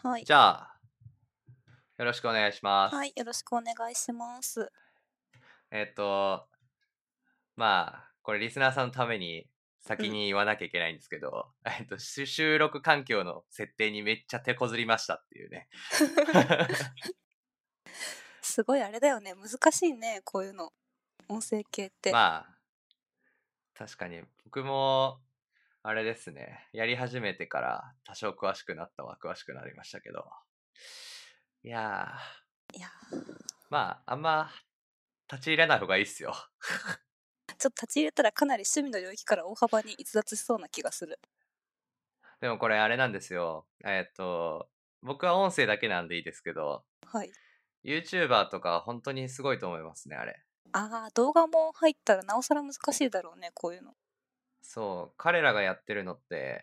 はい。 じゃあ、よろしくお願いしまはい。 す。 よろしくお願いします。 えっと、これリスナーさんのために先うん。 に言わなきゃいけないんですけど、収録環境の設定にめっちゃ手こずりましたっていうね。 すごいあれだよね。難しいね。こういうの。音声系って。 まあ、確かに僕も、あれですね。やり始めてから多少詳しくなったは詳しくなりましたけど。いやいや、 あんま立ち入れない方がいいっすよ。 ちょっと立ち入れたらかなり趣味の領域から大幅に逸脱しそうな気がする。 でもこれあれなんですよ。僕は音声だけなんでいいですけど、 はい。 YouTuber とか本当にすごいと思いますね、あれ。 ああ、動画も入ったらなおさら難しいだろうね。こういうの。 そう、彼らがやってるのって、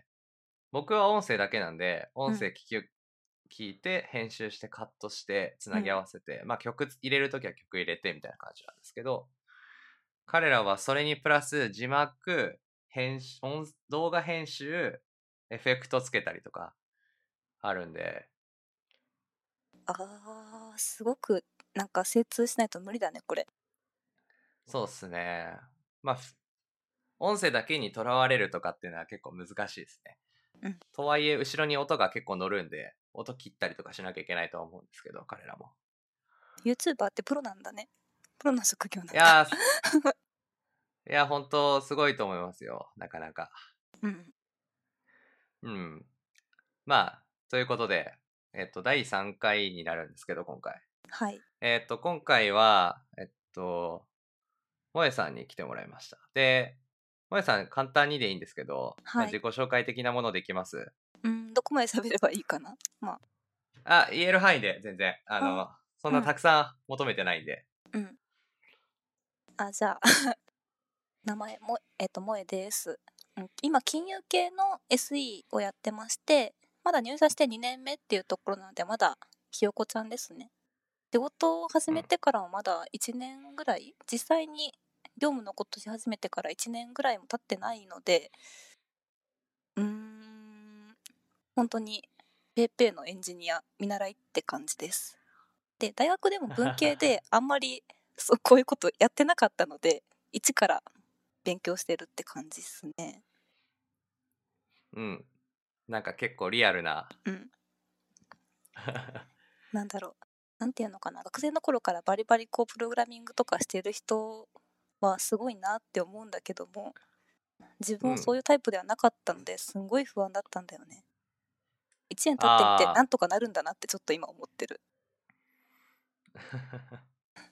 僕は音声だけなんで、 うん。 聞いて、編集して、カットして、つなぎうん。 合わせて、曲入れるときは曲入れてみたいな感じなんですけど、彼らはそれにプラス字幕、動画編集、エフェクトつけたりとかあるんで、 ああ、すごくなんか精通しないと無理だね、これ。 そうっすね。まあ、音声だけにとらわれるとかっていうのは結構難しいですね。 うん。 とはいえ、後ろに音が結構乗るんで、音切ったりとかしなきゃいけないとは思うんですけど、彼らも。 YouTuber ってプロなんだね。プロの職業なんだ。 いや本当すごいと思いますよ。なかなか。 うん。 うん。ということで、第3回になるんですけど、今回。 はい。 今回は、萌えさんに来てもらいました。で、萌えさん、簡単にでいいんですけど、 はい。 自己紹介的なものできます？ うん、どこまで喋ればいいかな。ま言える範囲で全然。 あ。 そんうん。 なたくさん求めてないんで。 うん。じゃあ、名前も、萌えです。うん、今、金融系の SE をやってまして、まだ入社して2年目っていうところなので、まだひよこちゃんですね。仕事を始うん。 めてからもまだ1年ぐらい、実際に業務のことし始めてから1年ぐらいも経ってないので、本当にペーペーのエンジニア見習いって感じです。で、大学でも文系であんまりこういうことやってなかったので、一から勉強してるって感じですね。 うん。なんか結構リアルな。 うん。なんだろう。なんていうのかな。学生の頃からバリバリこうプログラミングとかしてる人はすごいなって思うんだけども、自分はそううん。 いうタイプではなかったのですんごい不安だったんだよね。1年経ってみてなあんとかなるんだなってちょっと今思ってる。 あ。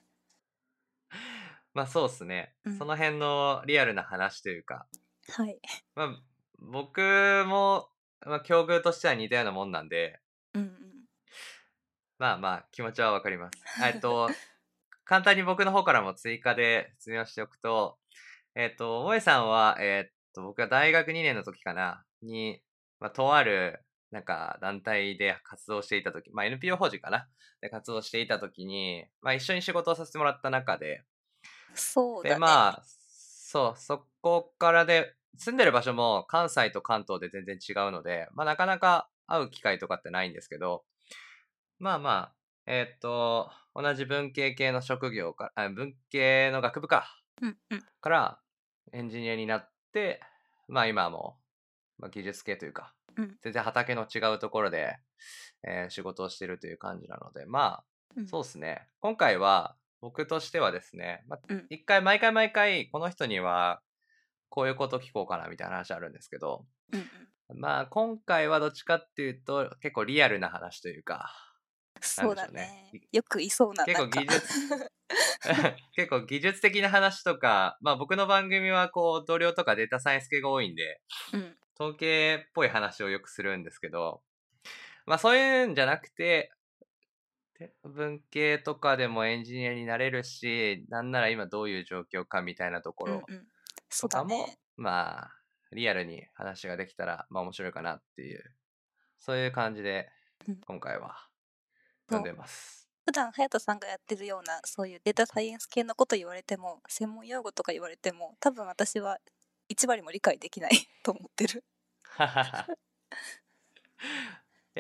そうっすね。 うん。 その辺のリアルな話というか、 はい。 まあ、僕も、境遇としては似たようなもんなんで、 うんうん。 気持ちはわかります。簡単に僕の方からも追加で説明をしておくと、萌さんは、僕が大学2年の時かな、とある、なんか、団体で活動していた時、NPO 法人かなで活動していた時に、一緒に仕事をさせてもらった中で、で、 そうだね。 そこからで、住んでる場所も関西と関東で全然違うので、なかなか会う機会とかってないんですけど、まあまあ、同じ文系系の職業か、文系の学部うんうん。 からエンジニアになって、今はもう、技術系というか、 うん。 全然畑の違うところで、仕事をしてるという感じなので、 うん。 そうですね。今回は、僕としてはですね、 うん。 毎回、この人には、こういうこと聞こうかな、みたいな話あるんですけど、 うんうん。 今回はどっちかっていうと、結構リアルな話というか、なんそうでしょうね。 だね。よくいそうな、 結構なんか。 結構技術的な話とか、僕の番組はこう同僚とかデータサイエンス系が多いんで、 うん。 統計っぽい話をよくするんですけど、そういうんじゃなくて、文系とかでもエンジニアになれるし、なんなら今どういう状況かみたいなところうんうん。そとうだね。 かも、リアルに話ができたら、面白いかなっていう、そういう感じでうん。 今回は読んそう。 でます。 普段隼人さんがやってるようなそういうデータサイエンス系のこと言われても専門用語とか言われても多分私は1割も理解できないと思ってる。 いや、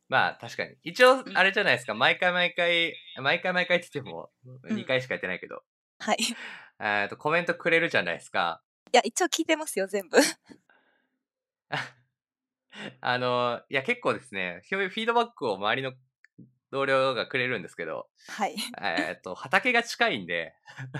まあ確かに。一応、 うんあれじゃないですか。毎回って言っても、 うん 2回しかやってないけど、 はい。いコメントくれるじゃないですか。 や、一応聞いてますよ、全部。 いや結構ですね、フィードバックを周りの同僚がくれるんですけど、 はい。 畑が近いんで、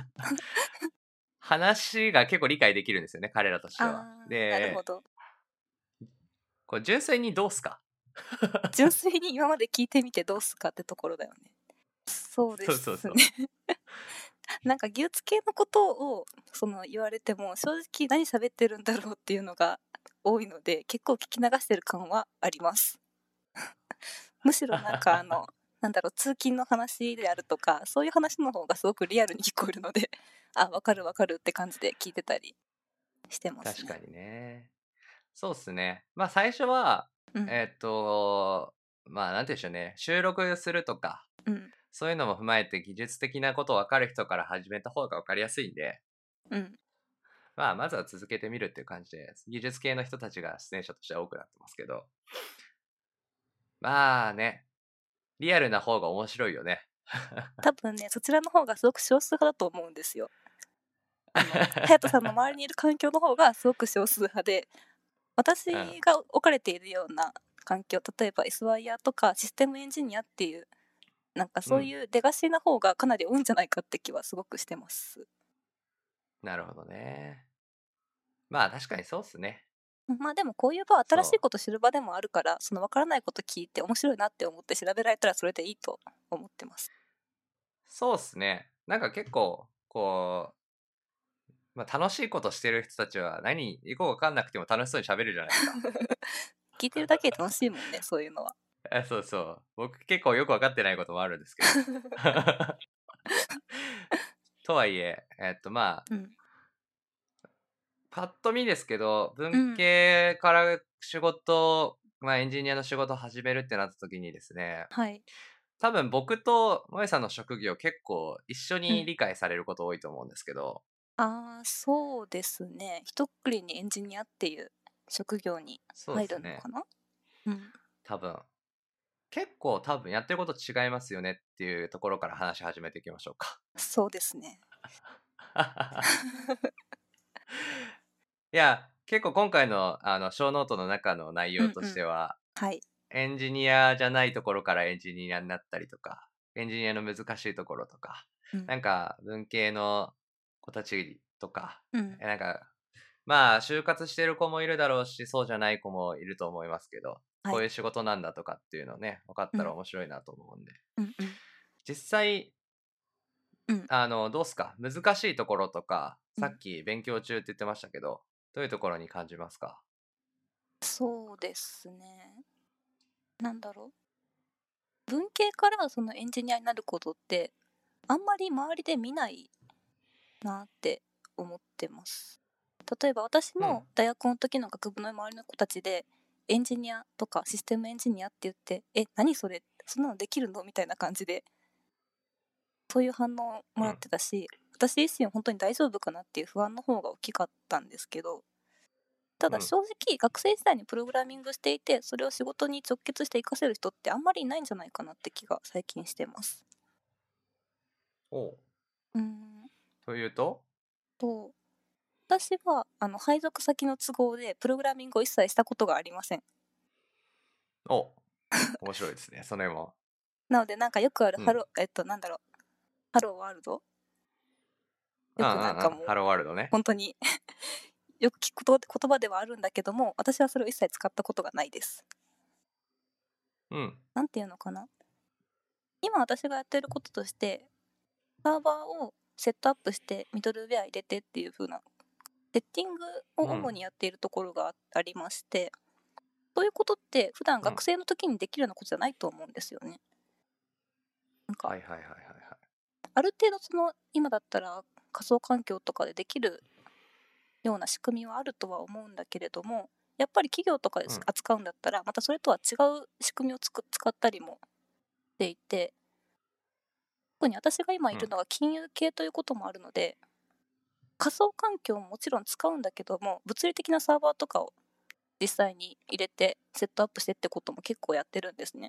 話が結構理解できるんですよね、彼らとしては。 なるほで、 ど。 これ純粋にどうすか？ 純粋に今まで聞いてみてどうすかってところだよね。そうでそうそうすね。 そう。 なんか技術系のことを言われても正直何喋ってるんだろうっていうのが多いので結構聞き流してる感はあります。むしろなんかなんだろう通勤の話であるとかそういう話の方がすごくリアルに聞こえるのであわかるわかるって感じで聞いてたりしてますね。 確かにね。そうっすね。まあ最初は、 うんまあなんて言うんでしょうね。収録するとか、 うんそういうのも踏まえて技術的なことを分かる人から始めた方が分かりやすいんで、 うんまあまずは続けてみるっていう感じで、技術系の人たちが出演者としては多くなってますけど、まあね、リアルな方が面白いよね。 多分ねそちらの方がすごく少数派だと思うんですよ。隼人さんの周りにいる環境の方がすごく少数派でうん、 私が置かれているような環境例えば S ワイヤーとかシステムエンジニアっていうなんかうん。 そういうレガシーな方がかなり多いんじゃないかって気はすごくしてます。 なるほどね。まあ確かにそうっすね。 まあでもこういう場は新しいそう。 こと知る場でもあるからその分からないこと聞いて面白いなって思って調べられたらそれでいいと思ってます。 そうっすね。なんか結構、まあ楽しいことしてる人たちは何、よくわかんなくても楽しそうに喋るじゃないですか。 聞いてるだけで楽しいもんねそういうのは。 そうそう。僕結構よくわかってないこともあるんですけど。とはいえ、まあ、 うんパッと見ですけど、文うん系から仕事、まあエンジニアの仕事を始めるってなった時にですね、 はい多分僕と萌さんの職業結構一緒うんに理解されること多いと思うんですけど、 そうですね一括りにエンジニアっていう職業にそうで入すね。 るのかな。うん多分。結構多分やってること違いますよねっていうところから話し始めていきましょうか。 そうですね。 いや、結構今回の小ノートの中の内容とうんうんしては、 はいエンジニアじゃないところからエンジニアになったりとか、エンジニアの難しいところとか、 うんなんか文系の子たちとか、 うんなんか、まあ、就活してる子もいるだろうし、そうじゃない子もいると思いますけど、 はいこういう仕事なんだとかっていうのね、分かったらうん面白いなと思うんで。 うんうん実際、 うんどうすか難しいところとか、さうんっき勉強中って言ってましたけど、どういうところに感じますか？ そうですね。なんだろう。文系からそのエンジニアになることってあんまり周りで見ないなって思ってます。例えば私うん。 も大学の時の学部の周りの子たちでエンジニアとかシステムエンジニアって言って何それそんなのできるのみたいな感じでそういう反応をもらっうん。 てたし私自身は本当に大丈夫かなっていう不安の方が大きかったんですけどたうん。 だ正直学生時代にプログラミングしていてそれを仕事に直結して活かせる人ってあんまりいないんじゃないかなって気が最近してます。 おう。 うーんというと？ と私は配属先の都合でプログラミングを一切したことがありません。 お、面白いですね。それも。 なのでなんかよくあるうん。 なんだろうハローワールドうんうよくなんかんうん。 もうハローワールドね。 本当によく聞く言葉ではあるんだけども私はそれを一切使ったことがないです。 うん。 なんていうのかな今私がやってることとしてサーバーをセットアップしてミドルウェア入れてっていう風なセッティングをうん。 主にやっているところがありましてそういうことって普段うん。 学生の時にできるようなことじゃないと思うんですよね。なんかはいはいはいはいはい。 ある程度今だったら仮想環境とかでできるような仕組みはあるとは思うんだけれどもやっぱり企業とかでうん。 扱うんだったらまたそれとは違う仕組みを使ったりもしていて特に私が今うん。 いるのが金融系ということもあるので仮想環境ももちろん使うんだけども物理的なサーバーとかを実際に入れてセットアップしてってことも結構やってるんですね。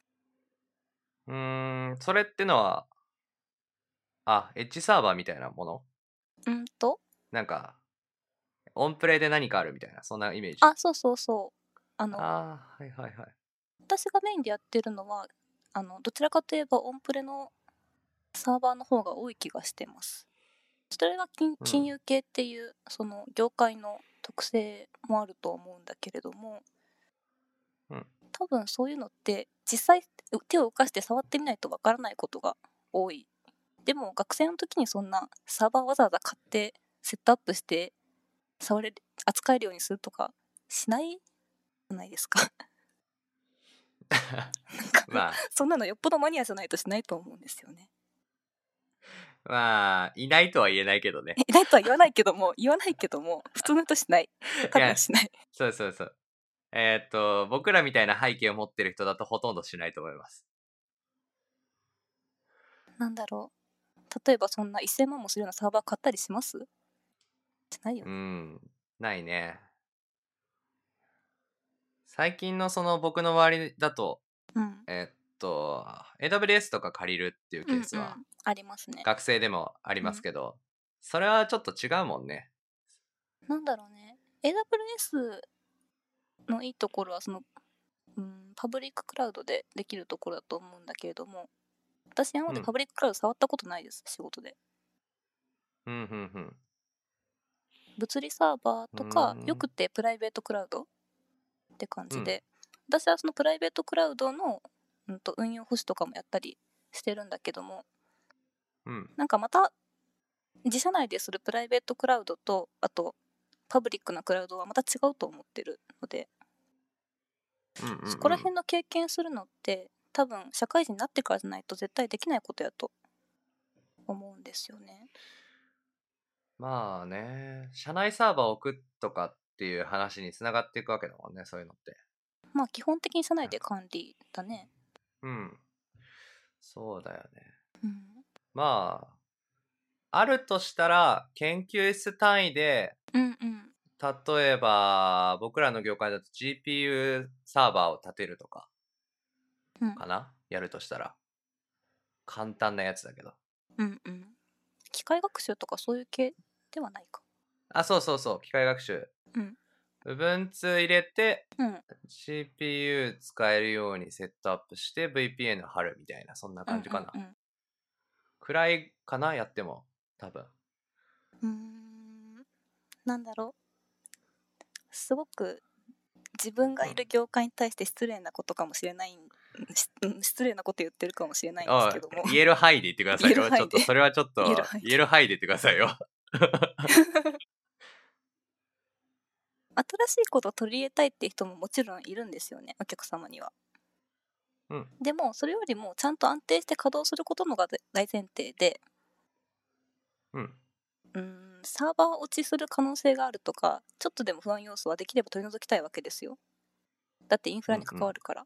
それってのは、エッジサーバーみたいなもの？なんか、オンプレで何かあるみたいな、そんなイメージ。 そうそうそう。 はいはいはい。 私がメインでやってるのは、どちらかといえばオンプレのサーバーの方が多い気がしてます。それが金融系っていうその業界の特性もあると思うんだけれども、多分そういうのって実際手を動かして触ってみないとわからないことが多い。でも学生の時にそんなサーバーわざわざ買ってセットアップして扱えるようにするとかしないじゃないですか。 まあ、 そんなのよっぽどマニアじゃないとしないと思うんですよね。 いないとは言えないけどね。 いないとは言わないけども普通の人しない。多分しない。 そうそうそう。僕らみたいな背景を持ってる人だとほとんどしないと思います。 なんだろう。例えばそんな1000万もするようなサーバー買ったりします？しないよね。 ないね。最近のその僕の周りだと、AWS とか借りるっていうケースは、 ありますね。 学生でもありますけど、それはちょっと違うもんね。 なんだろうね。AWS のいいところはパブリッククラウドでできるところだと思うんだけれども、私今までパブリッククラウド触ったことないです、仕事で。物理サーバーとか、よくてプライベートクラウドって感じで、私はそのプライベートクラウドの、運用保守とかもやったりしてるんだけども、なんかまた自社内でするプライベートクラウドと、あとパブリックなクラウドはまた違うと思ってるので、そこら辺の経験するのって多分社会人になってからじゃないと絶対できないことやと思うんですよね。 まあね、社内サーバーを置くとかっていう話につながっていくわけだもんね、そういうのって。 まあ基本的に社内で管理だね。 そうだよね。まあ、あるとしたら研究室単位で、例えば僕らの業界だと GPU サーバーを立てるとかかな、やるとしたら簡単なやつだけど。 機械学習とかそういう系ではないか。 そうそうそう、機械学習。Ubuntu 入れて、CPU 使えるようにセットアップして VPN 貼るみたいな、そんな感じかな。くらいかな、やっても多分。 なんだろう、すごく自分がいる業界に対して失礼なことかもしれない、失礼なこと言ってるかもしれないんですけども、 言える範囲で言ってくださいよ。ちょっとそれはちょっと言える範囲で言ってくださいよ。 新しいことを取り入れたいっていう人ももちろんいるんですよね、お客様には。でもそれよりもちゃんと安定して稼働することのが大前提で、サーバー落ちする可能性があるとか、ちょっとでも不安要素はできれば取り除きたいわけですよ。だってインフラに関わるから。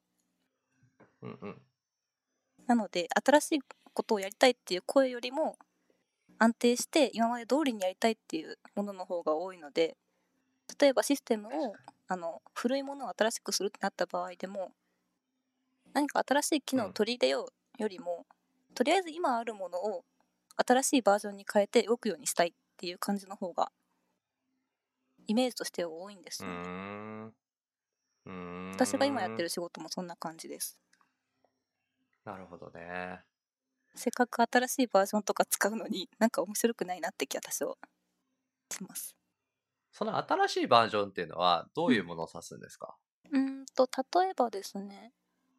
なので新しいことをやりたいっていう声よりも、安定して今まで通りにやりたいっていうものの方が多いので、例えばシステムを古いものを新しくするってなった場合でも、何か新しい機能を取り入れようよりも、とりあえず今あるものを新しいバージョンに変えて動くようにしたいっていう感じの方がイメージとしては多いんですよね。私が今やってる仕事もそんな感じです。 なるほどね。 せっかく新しいバージョンとか使うのになんか面白くないなって気は多少します。 その新しいバージョンっていうのはどういうものを指すんですか？ 例えばですね、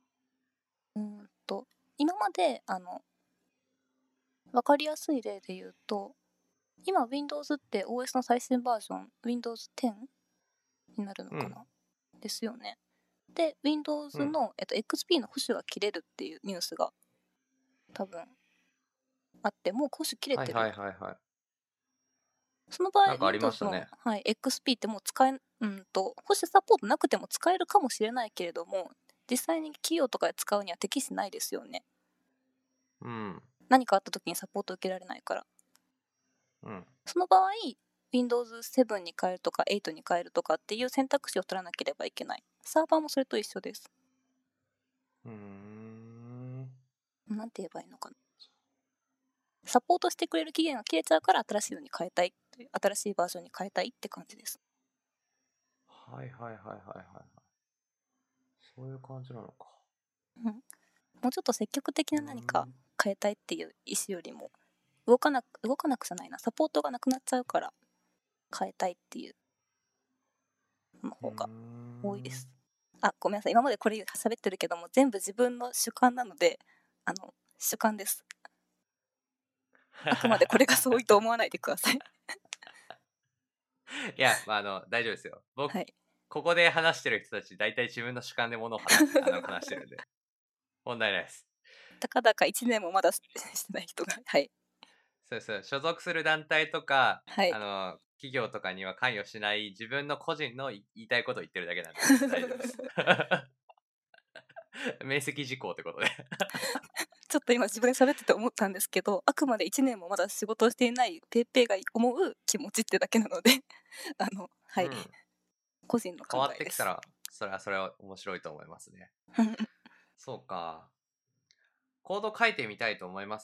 今まで分かりやすい例で言うと、今 Windows って OS の最新バージョン Windows 10になるのかな、ですよね。で Windows の、XP の保守が切れるっていうニュースが多分あって、もう保守切れてる。その場合 Windows の、XP ってもう使え保守サポートなくても使えるかもしれないけれども、実際に企業とかで使うには適してないですよね。何かあった時にサポート受けられないから。その場合 Windows 7に変えるとか8に変えるとかっていう選択肢を取らなければいけない。サーバーもそれと一緒です。なんて言えばいいのかな。サポートしてくれる期限が切れちゃうから新しいのに変えたいという、新しいバージョンに変えたいって感じです。 はいはいはいはいはい。そういう感じなのか。 うん、もうちょっと積極的な何か変えたいっていう意思よりも、動かなくじゃないな、サポートがなくなっちゃうから変えたいっていうの方が多いです。あ、ごめんなさい。今までこれ喋ってるけども、全部自分の主観なので、主観です。あくまでこれが相違と思わないでください。 いや、まあ、大丈夫ですよ。僕、 はい。 ここで話してる人たち、大体自分の主観で物を話してるんで、問題ないです。 たかだか1年もまだしてない人が。はい。 そうそう、所属する団体とか、 はい。 企業とかには関与しない自分の個人の言いたいことを言ってるだけなんで大丈夫です。明晰事項ってことで。 ちょっと今自分で喋ってて思ったんですけど、あくまで1年もまだ仕事をしていないペイペイが思う気持ちってだけなので、はい。 うん、 個人の変わっ考えです。 てきたら、それは面白いと思いますね。そうか。コード書いてみたいと思います？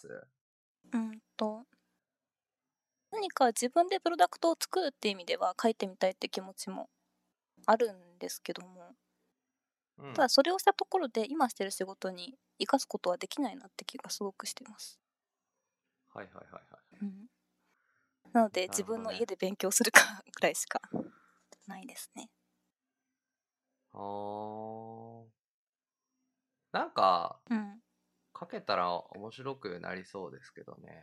何か自分でプロダクトを作るって意味では書いてみたいって気持ちもあるんですけども、ただそれをしたところで今してる仕事に生かすことはできないなって気がすごくしてます。 はいはいはいはい。 うん、なので自なるほどね。 分の家で勉強するかぐらいしかないですね。 なんか、 うん。 書けたら面白くなりそうですけどね。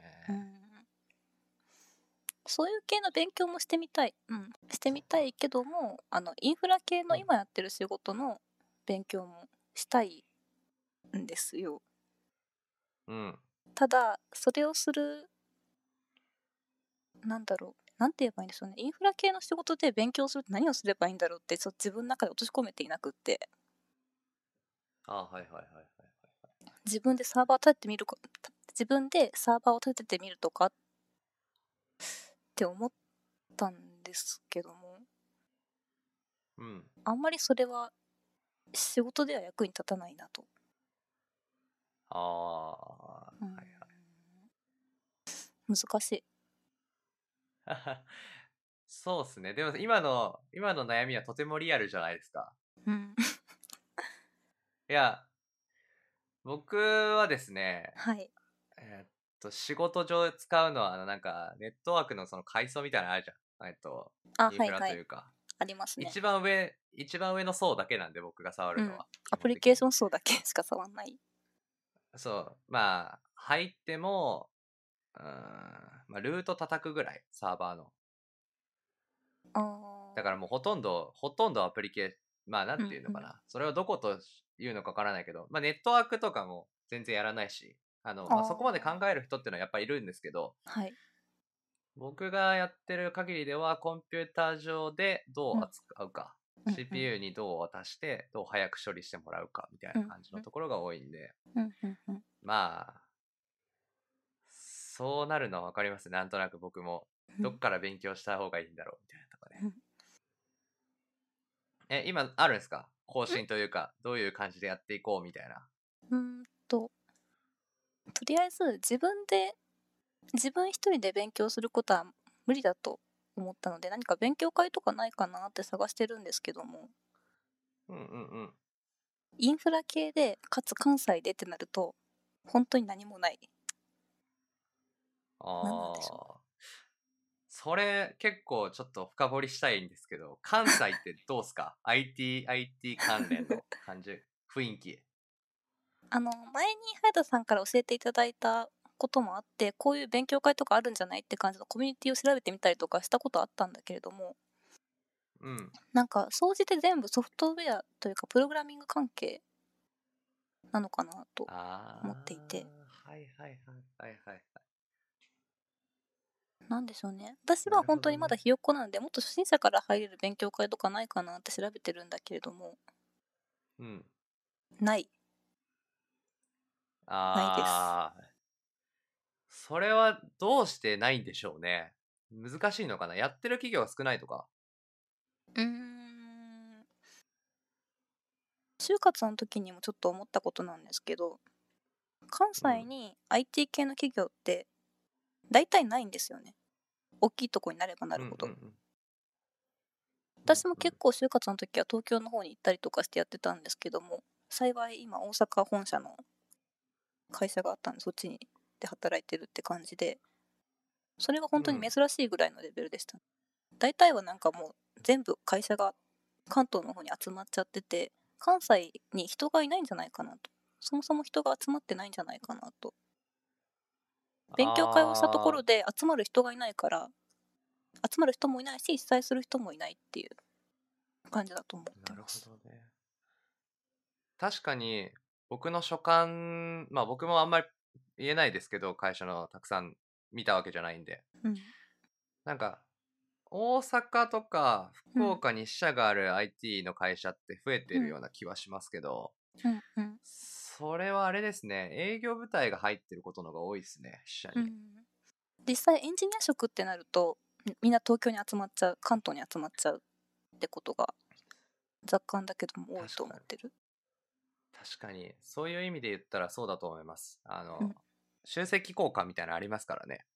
そういう系の勉強もしてみたい。してみたいけども、インフラ系の今やってる仕事の勉強もしたいんですよ。ただ、それをする、なんだろう。なんて言えばいいんでしょうね。インフラ系の仕事で勉強するって何をすればいいんだろうって、自分の中で落とし込めていなくって。 はいはいはいはい。 自分でサーバーを立ててみる自分でサーバーを立ててみるとかって思ったんですけども、あんまりそれは仕事では役に立たないなと。 はいはい。 難しい。 そうっすね。でも今の悩みはとてもリアルじゃないですか。いや、僕はですね、 はい。 仕事上使うのは、なんか、ネットワークのその階層みたいなのあるじゃん。インフラはいはい。 というか。 ありますね。 一番上の層だけなんで、僕が触るのは。基アプ本的に。 リケーション層だけしか触んない。 そう。まあ、入っても、まあ、ルート叩くぐらい、サーバーの。だからもうほとんどアプリケーション、まあ、なんていうのかな。それをどこというのかわからないけど、まあ、ネットワークとかも全然やらないし、まあ、そこまで考える人っていうのはやっぱいるんですけど、 はい。 僕がやってる限りでは、コンピューター上でどう扱うか、CPU にどう渡して、どう早く処理してもらうか、みたいな感じのところが多いんで、まあ、そうなるのはわかります。なんとなく僕も。どっから勉強した方がいいんだろう、みたいなとこね。今あるんですか？方針というか、どういう感じでやっていこうみたいな。 とりあえず自分一人で勉強することは無理だと思ったので、何か勉強会とかないかなって探してるんですけども、インフラ系でかつ関西でってなると本当に何もない。何なんでしょう。 それ結構ちょっと深掘りしたいんですけど、関西ってどうすか？ IT 関連の感じ、雰囲気。 前に早田さんから教えていただいたこともあって、こういう勉強会とかあるんじゃないって感じのコミュニティを調べてみたりとかしたことあったんだけれども、なんか総じて全部ソフトウェアというかプログラミング関係なのかなと思っていて。 はいはいはいはいはい。 なんでしょうね。私は本当にまだひよっこなので、もっと初心者から入れる勉強会とかないかなって調べてるんだけれども、ない。ないです。 それはどうしてないんでしょうね。 難しいのかな、やってる企業が少ないとか。 就活の時にもちょっと思ったことなんですけど、関西に IT 系の企業って大体ないんですよね。大きいとこになればなるほど。私も結構就活の時は東京の方に行ったりとかしてやってたんですけども、幸い今大阪本社の会社があったんで、そっちにで働いてるって感じで、それが本当に珍しいぐらいのレベルでした。大体はなんかもう全部会社が関東の方に集まっちゃってて、関西に人がいないんじゃないかなと。そもそも人が集まってないんじゃないかなと。勉強会をしたところで集まる人がいないから、集まる人もいないし、主催する人もいないっていう感じだと思ってます。 なるほどね。確かに、僕の所感、まあ僕もあんまり言えないですけど、会社のたくさん見たわけじゃないんで。なんか、大阪とか福岡に支社がある IT の会社って増えてるような気はしますけど、それはあれですね、営業部隊が入ってることのが多いですね、支社に。 実際エンジニア職ってなると、みんな東京に集まっちゃう、関東に集まっちゃうってことが若干だけども多いと思ってる。 確かに、そういう意味で言ったらそうだと思います。集積効果みたいなのありますからね。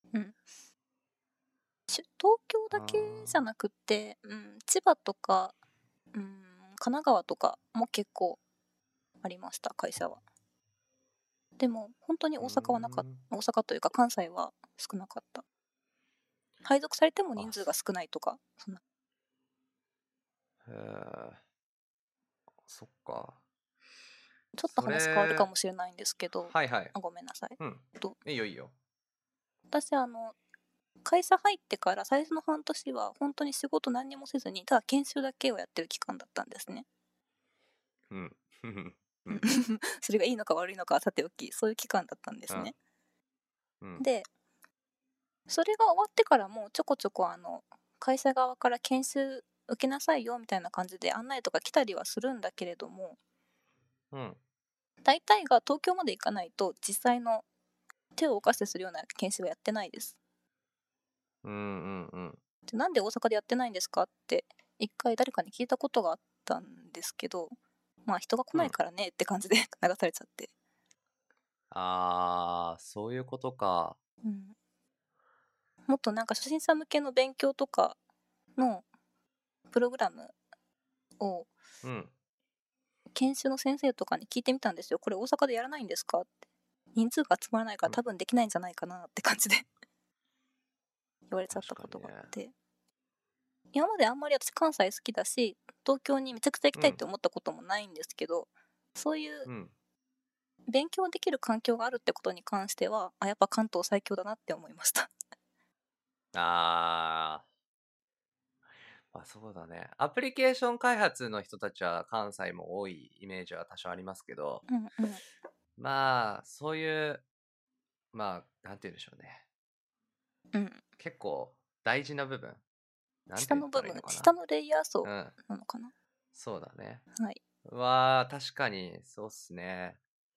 東京だけじゃなくて、千葉とか、神奈川とかも結構ありました、会社は。でも本当に大阪はなかった、大阪というか関西は少なかった。配属されても人数が少ないとか、そんな。 へえ、そっか。 ちょっと話変わるかもしれないんですけど、 はいはい。 ごめんなさい。 いいよいいよ。 私会社入ってから最初の半年は本当に仕事何にもせずに、ただ研修だけをやってる期間だったんですね。それがいいのか悪いのかはさておき、そういう期間だったんですね。で、それが終わってからもちょこちょこ会社側から研修受けなさいよみたいな感じで案内とか来たりはするんだけれども、大体が東京まで行かないと実際の手を動かしてするような研修はやってないです。で、なんで大阪でやってないんですかって一回誰かに聞いたことがあったんですけど、まあ人が来ないからねって感じで流されちゃって。 そういうことか。 もっとなんか初心者向けの勉強とかのプログラムを研修の先生とかに聞いてみたんですよ。これ大阪でやらないんですかって。人数が集まらないから多分できないんじゃないかなって感じで言われちゃったことがあって、今まであんまり私関西好きだし東京にめちゃくちゃ行きたいって思ったこともないんですけど、そういう勉強できる環境があるってことに関しては、やっぱ関東最強だなって思いましたそうだね。アプリケーション開発の人たちは関西も多いイメージは多少ありますけど、まあ、そういう、まあ、なんて言うんでしょうね。結構大事な部分。 下の部分、下のレイヤー層なのかな。 そうだね。 はい。 確かに、そうっすね。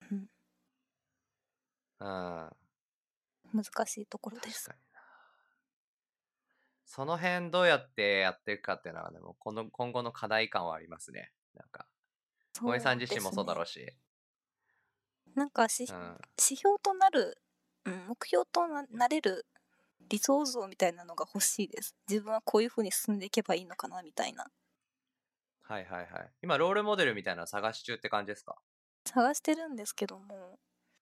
難しいところです。 その辺どうやってやっていくかっていうのは、でも今後の課題感はありますね。なんか、萌さん自身もそうだろうし。 なんか指標となる、目標となれる理想像みたいなのが欲しいです。自分はこういう風に進んでいけばいいのかなみたいな。 はいはいはい。今ロールモデルみたいなの探し中って感じですか？ 探してるんですけども、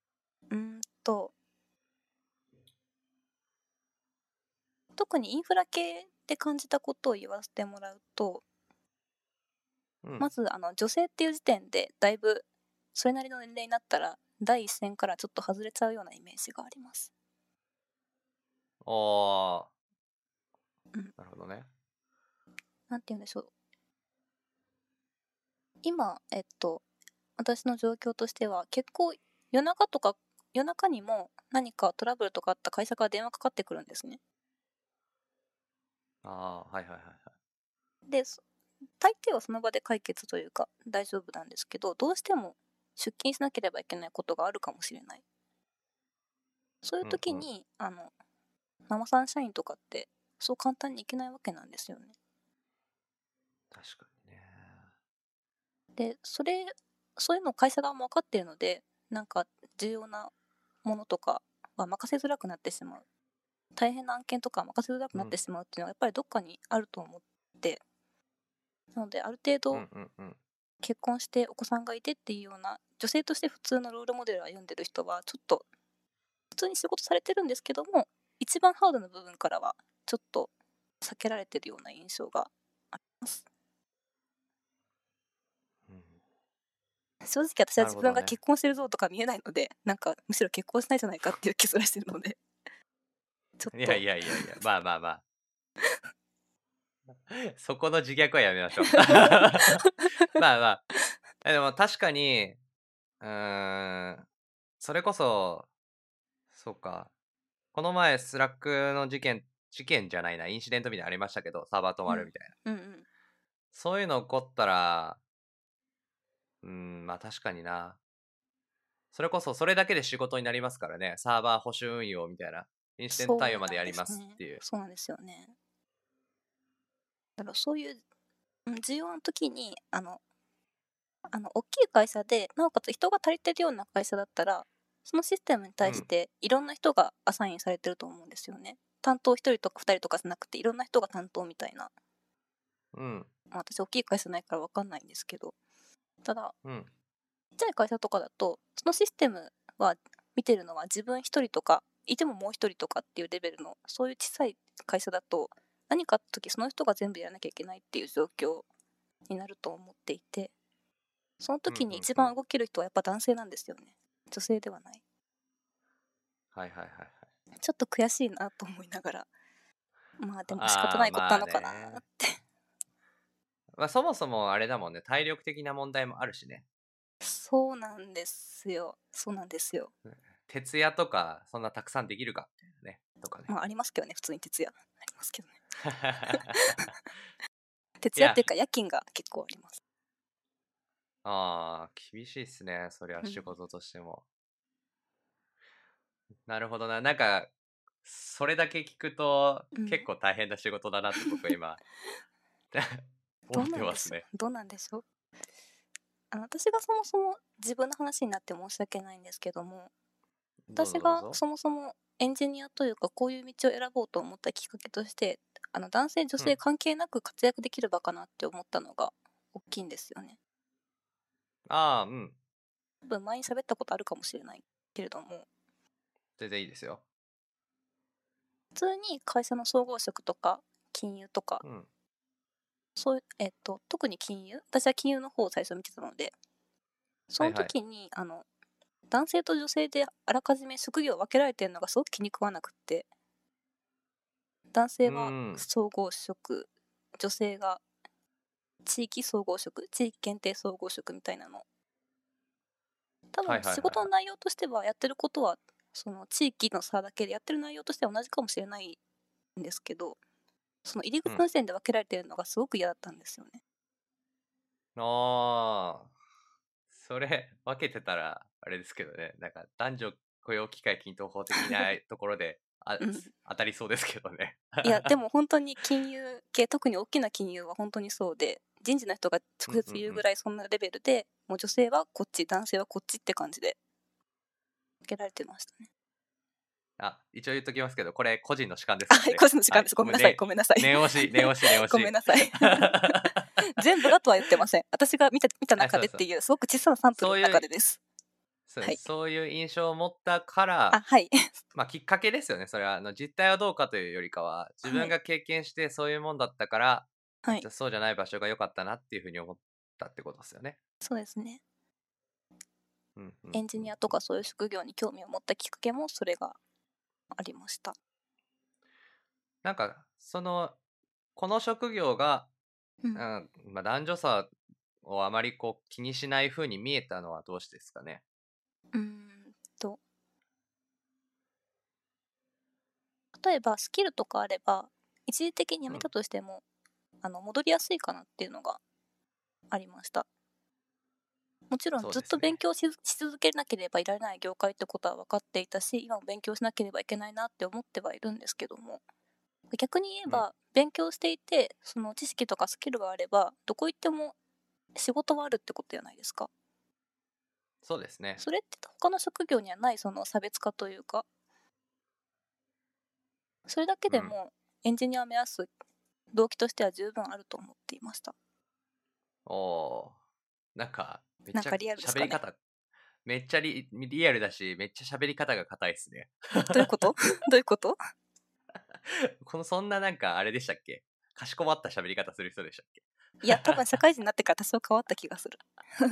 特にインフラ系で感じたことを言わせてもらうと、まず女性っていう時点でだいぶそれなりの年齢になったら第一線からちょっと外れちゃうようなイメージがあります。 なるほどね。 なんて言うんでしょう。今私の状況としては結構夜中にも何かトラブルとかあった会社から電話かかってくるんですね。 はいはいはい。 で、大抵はその場で解決というか大丈夫なんですけど、どうしても出勤しなければいけないことがあるかもしれない。そういう時に、ママさん社員とかってそう簡単にいけないわけなんですよね。 確かにね。 で、そういうのを会社側も分かっているので、なんか重要なものとかは任せづらくなってしまう。大変な案件とかは任せづらくなってしまうっていうのがやっぱりどっかにあると思って、なのである程度結婚してお子さんがいてっていうような女性として普通のロールモデルを歩んでる人はちょっと普通に仕事されてるんですけども、一番ハードな部分からはちょっと避けられてるような印象があります。正直私は自分が結婚してるぞとか見えないので、なんかむしろ結婚しないじゃないかっていう気すらしてるのでちょっといやまあまあまあそこの自虐はやめましょうまあまあでも確かにそれこそそうかこの前スラックの事件じゃないなインシデントみたいなのありましたけど、サーバー止まるみたいな、そういうの起こったらまあ確かにな。それこそそれだけで仕事になりますからね。サーバー保守運用みたいな。インシデント対応までやりますっていう。 そうなんですよね。だからそういう重要な時に大きい会社でなおかつ人が足りてるような会社だったらそのシステムに対していろんな人がアサインされてると思うんですよね。担当1人とか2人とかじゃなくていろんな人が担当みたいな。私大きい会社ないから分かんないんですけど、ただ、ちっちゃい会社とかだとそのシステムは見てるのは自分1人とかいてももう1人とかっていうレベルのそういう小さい会社だと何かあった時その人が全部やらなきゃいけないっていう状況になると思っていて、その時に一番動ける人はやっぱ男性なんですよね。女性ではない。ちょっと悔しいなと思いながら、まあでも仕方ないことなのかなって。 まあそもそもあれだもんね、体力的な問題もあるしね。 そうなんですよ。そうなんですよ。 徹夜とかそんなたくさんできるかっていうね。とかね。 まあありますけどね、普通に徹夜ありますけどね。徹夜っていうか夜勤が結構あります。 ああ、厳しいっすね。そりゃ仕事としても。なるほどな。なんか、それだけ聞くと、結構大変な仕事だなって僕は今思ってますね。 どうなんでしょう。私がそもそも自分の話になって申し訳ないんですけども、私がそもそもエンジニアというかこういう道を選ぼうと思ったきっかけとして男性女性関係なく活躍できる場かなって思ったのが大きいんですよね。多分前に喋ったことあるかもしれないけれども、 全然いいですよ。 普通に会社の総合職とか金融とか、そういう特に金融、私は金融の方を最初見てたので、その時に、男性と女性であらかじめ職業を分けられてるのがすごく気に食わなくって、男性は総合職、女性が地域総合職、地域限定総合職みたいなの。多分仕事の内容としてはやってることはその地域の差だけでやってる内容としては同じかもしれないんですけど、その入り口の時点で分けられてるのがすごく嫌だったんですよね。 ああ、それ分けてたらあれですけどね、なんか男女雇用機会均等法的なところで当たりそうですけどね。 いやでも本当に金融系、特に大きな金融は本当にそうで、人事の人が直接言うぐらいそんなレベルで、もう女性はこっち男性はこっちって感じで分けられてましたね。 一応言っときますけど、これ個人の主観ですからね。 個人の主観です。ごめんなさい、ごめんなさい。 念押し。 ごめんなさい。全部がとは言ってません。私が見た中でっていう、すごく小さなサンプルの中でです。 そういう印象を持ったから、まあきっかけですよね。それは実態はどうかというよりかは、自分が経験してそういうもんだったから、じゃそうじゃない場所が良かったなっていうふうに思ったってことですよね。 そうですね。エンジニアとかそういう職業に興味を持ったきっかけもそれがありました。 なんかこの職業が、まあ、男女差をあまりこう気にしない風に見えたのはどうしてですかね。 例えばスキルとかあれば一時的に辞めたとしても、戻りやすいかなっていうのがありました。もちろんずっと勉強し続けなければいられない業界ってことは分かっていたし、今も勉強しなければいけないなって思ってはいるんですけども、 逆に言えうん。 ば、勉強していて、その知識とかスキルがあれば、どこ行っても仕事はあるってことじゃないですか。 そうですね。 それって他の職業にはないその差別化というか、それだけうん。 でもエンジニアを目指す動機としては十分あると思っていました。 おー。なんか、めっちゃなんかリアルですかね。 喋り方、めっちゃリアルだし、めっちゃ喋り方が硬いっすね。 どういうことどういうことそんななんか、あれでしたっけ？かしこまった喋り方する人でしたっけ？ いや、多分社会人になってから多少変わった気がする。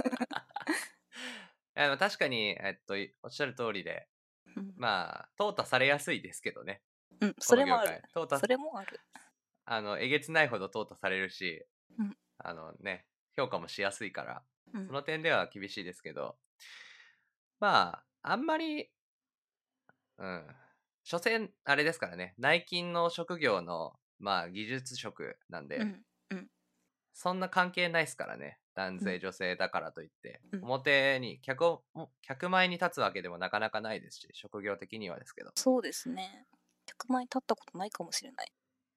確かに、おっしゃる通りで、 うん、 まあ、淘汰されやすいですけどね。 うん、 この業界。 それもある。それもある。 えげつないほど淘汰されるし、 うん、 ね、評価もしやすいから、 うん、 その点では厳しいですけど、まあ、あんまり、うん。所詮、あれですからね、内勤の職業の、まあ、技術職なんで、 うん、うん、 そんな関係ないですからね。男性、 うん、 女性だからといって。 うん。 表に、客前に立つわけでもなかなかないですし、職業的にはですけど。 そうですね。100万円経ったことないかもしれない。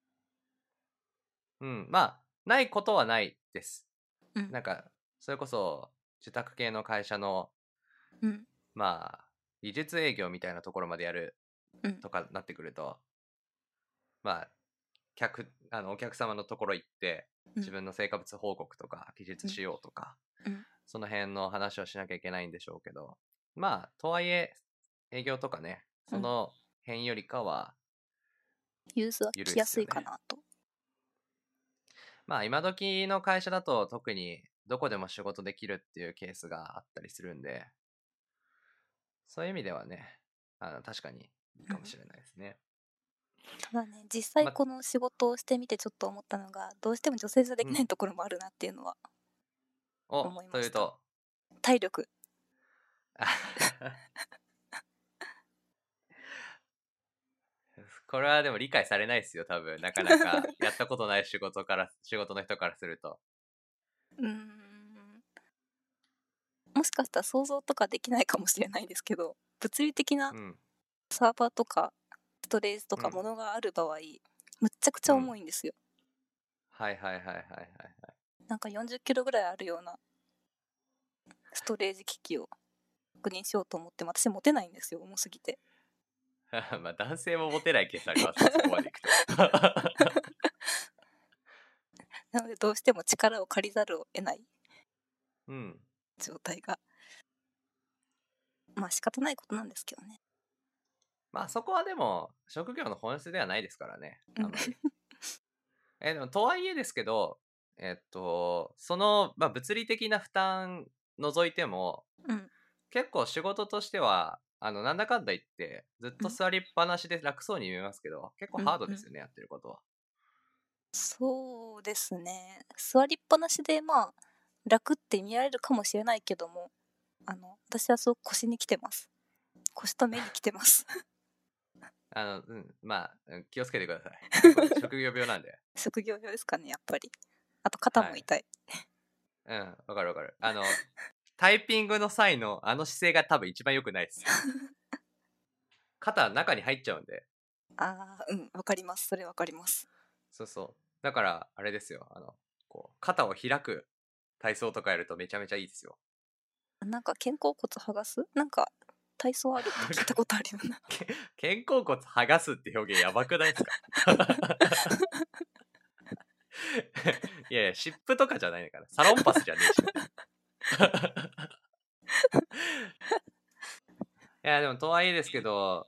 うん、まあ、ないことはないです。 うん、 なんか、それこそ、受託系の会社の、 うん、 まあ、技術営業みたいなところまでやるうん、 とかなってくると、まあ、お客様のところ行って、 うん、 自分の成果物報告とか、技術うん、 仕様とか、 うん。 その辺の話をしなきゃいけないんでしょうけど、まあ、とはいえ、営業とかね、 うん。 その辺よりかは、 融通は緩いきやすいかっすよね。 なと。 まあ、今時の会社だと特にどこでも仕事できるっていうケースがあったりするんで、そういう意味ではね、確かにいいうん。 かもしれないですね。 ただね、実際ま、 この仕事をしてみてちょっと思ったのが、どうしても女性じゃでうん。 きないところもあるなっていうのは思いました。 というと、 体力。 これはでも理解されないですよ、多分。なかなか、やったことない仕事の人からすると。 うーん。もしかしたら想像とかできないかもしれないですけど、物理的なうん、 サーバーとかストレージとうん、 かものがある場合、むっちゃくちゃうん。 重いんですよ。 はいはいはいはいはい。 なんか40キロぐらいあるようなストレージ機器を確認しようと思っても私持てないんですよ、重すぎて。 まあ男性もモテないケースありますね、そこまでいくと。 なのでどうしても力を借りざるを得ないうん。 状態が。まあ仕方ないことなんですけどね。 まあそこはでも、職業の本質ではないですからね、 うん。 あんまり。でもとはいえですけど、その、まあ物理的な負担除いても、 うん。 結構仕事としては、なんだかんだ言って、ずっとうん。 座りっぱなしで楽そうに見えますけど、結構うん。うん。 ハードですよね、やってることは。 そうですね。座りっぱなしでまあ楽って見られるかもしれないけども、私はすごく腰に来てます。腰と目に来てます。 まあ、気をつけてください。これ、職業病なんで。 職業病ですかね、やっぱり。あと肩はい。 も痛い。 うん、わかるわかる。タイピングの際のあの姿勢が多分一番良くないです。肩中に入っちゃうんで。 ああ、うん、わかります。それわかります。 そうそう。だから、あれですよ。肩を開く体操とかやるとめちゃめちゃいいですよ。 なんか肩甲骨剥がすなんか体操あるって聞いたことあるような。 肩甲骨剥がすって表現やばくないですか？いやいや、湿布とかじゃないから。サロンパスじゃねえし。いや、でもとはいえですけど、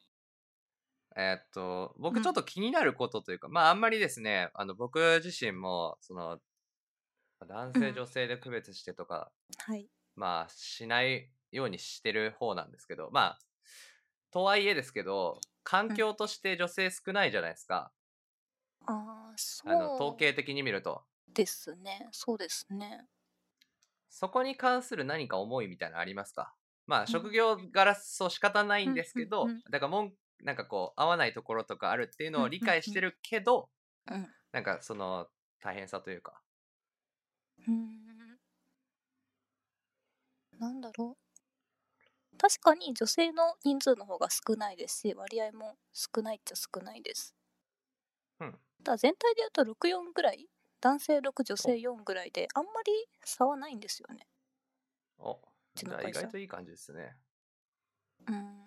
うん、 僕ちょっと気になることというか、まああんまりですね、僕自身も、男性うん、 女性で区別してとか、 はい。 まあしないようにしてる方なんですけど、まあ、とはいえですけど、環うん。 境として女性少ないじゃないですか。 ああ、 統計的に見ると。 そうですね。そうですね。 そこに関する何か思いみたいなのありますか？まあ、 うん、 職業柄そう仕方ないうん、 んですうん、うけど、 ん、 だからなんかこう、合わないところとかあるっていうのをうん、うん、うん。 理解してるけど、 うん。 なんかその大変さというか。 うーん、なんだろう。確かに女性の人数の方が少ないですし、割合も少ないっちゃ少ないです。 うん。 ただ全体で言うと64ぐらい、男性6女性4ぐらいであんまり差はないんですよね、 お、 うちじゃあ意の会社。 外といい感じですね。 うん。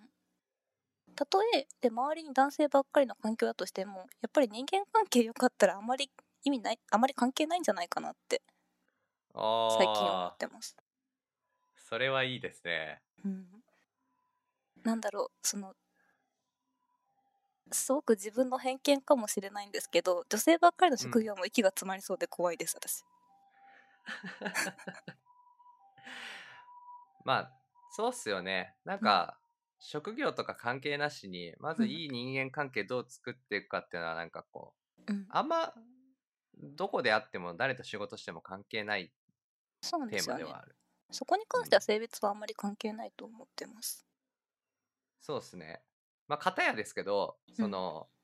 たとえで周りに男性ばっかりの環境だとしても、やっぱり人間関係良かったらあんまり意味ない、あまり関係ないんじゃないかなって最近思っああ、 てます。 それはいいですね。 うん。なんだろう、すごく自分の偏見かもしれないんですけど、女性ばっかりのうん。 職業も息が詰まりそうで怖いです、私。 まあ、そうっすよね。なんうん。 か、職業とか関係なしに、まうん。 ずいい人間関係どう作っていくかっていうのは、なんかこう、 うん。 あんま、どこであっても誰と仕事しても関係ないそうなんでテーすよね。 マではある。 そこにうん。 関しては性別はあんまり関係ないと思ってます。 そうっすね。まあ、片やですけど、 うん。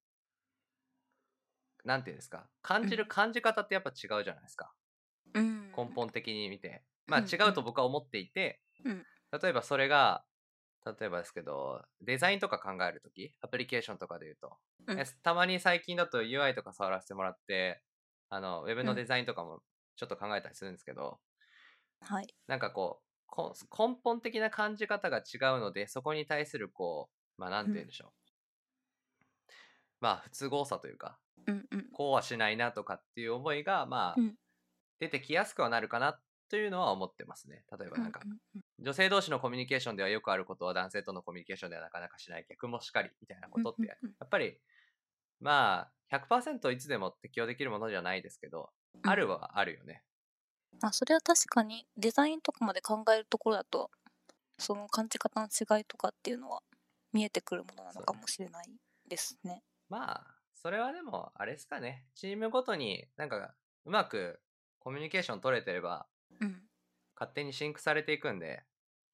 なんていうんですか、感うん。 じる感じ方ってやっぱ違うじゃないですか。 うん。 根本的に見て。まあうん。うん。 違うと僕は思っていて、 うん。 例えばそれが、例えばですけど、デザインとか考えるとき、アプリケーションとかで言うと、 うん。 たまに最近だと UI とか触らせてもらって、ウェブうん。 のデザインとかもちょっと考えたりするんですけど、 はい。 なんかこう、根本的な感じ方が違うので、そこに対するこう、まあなんうん。 て言うんでしょう。まあ不都合さというか、 うん。うん。 こうはしないなとかっていう思いが、まあうん。 出てきやすくはなるかなというのは思ってますね。例えばうん。 なんか、 うん。 女性同士のコミュニケーションではよくあることは男性とのコミュニケーションではなかなかしない、逆もしかりみたいなこうん。 とって、 うん。うん。 やっぱりまあ100%いつでも適用できるものじゃないですけど、 うん。 あるはあるよね。 それは確かにデザインとかまで考えるところだと、その感じ方の違いとかっていうのは見えてくるものなのそう。 かもしれないですね。 まあ、それはでも、あれですかね。チームごとになんか、うまくコミュニケーション取れてれば、 うん。 勝手にシンクされていくんで、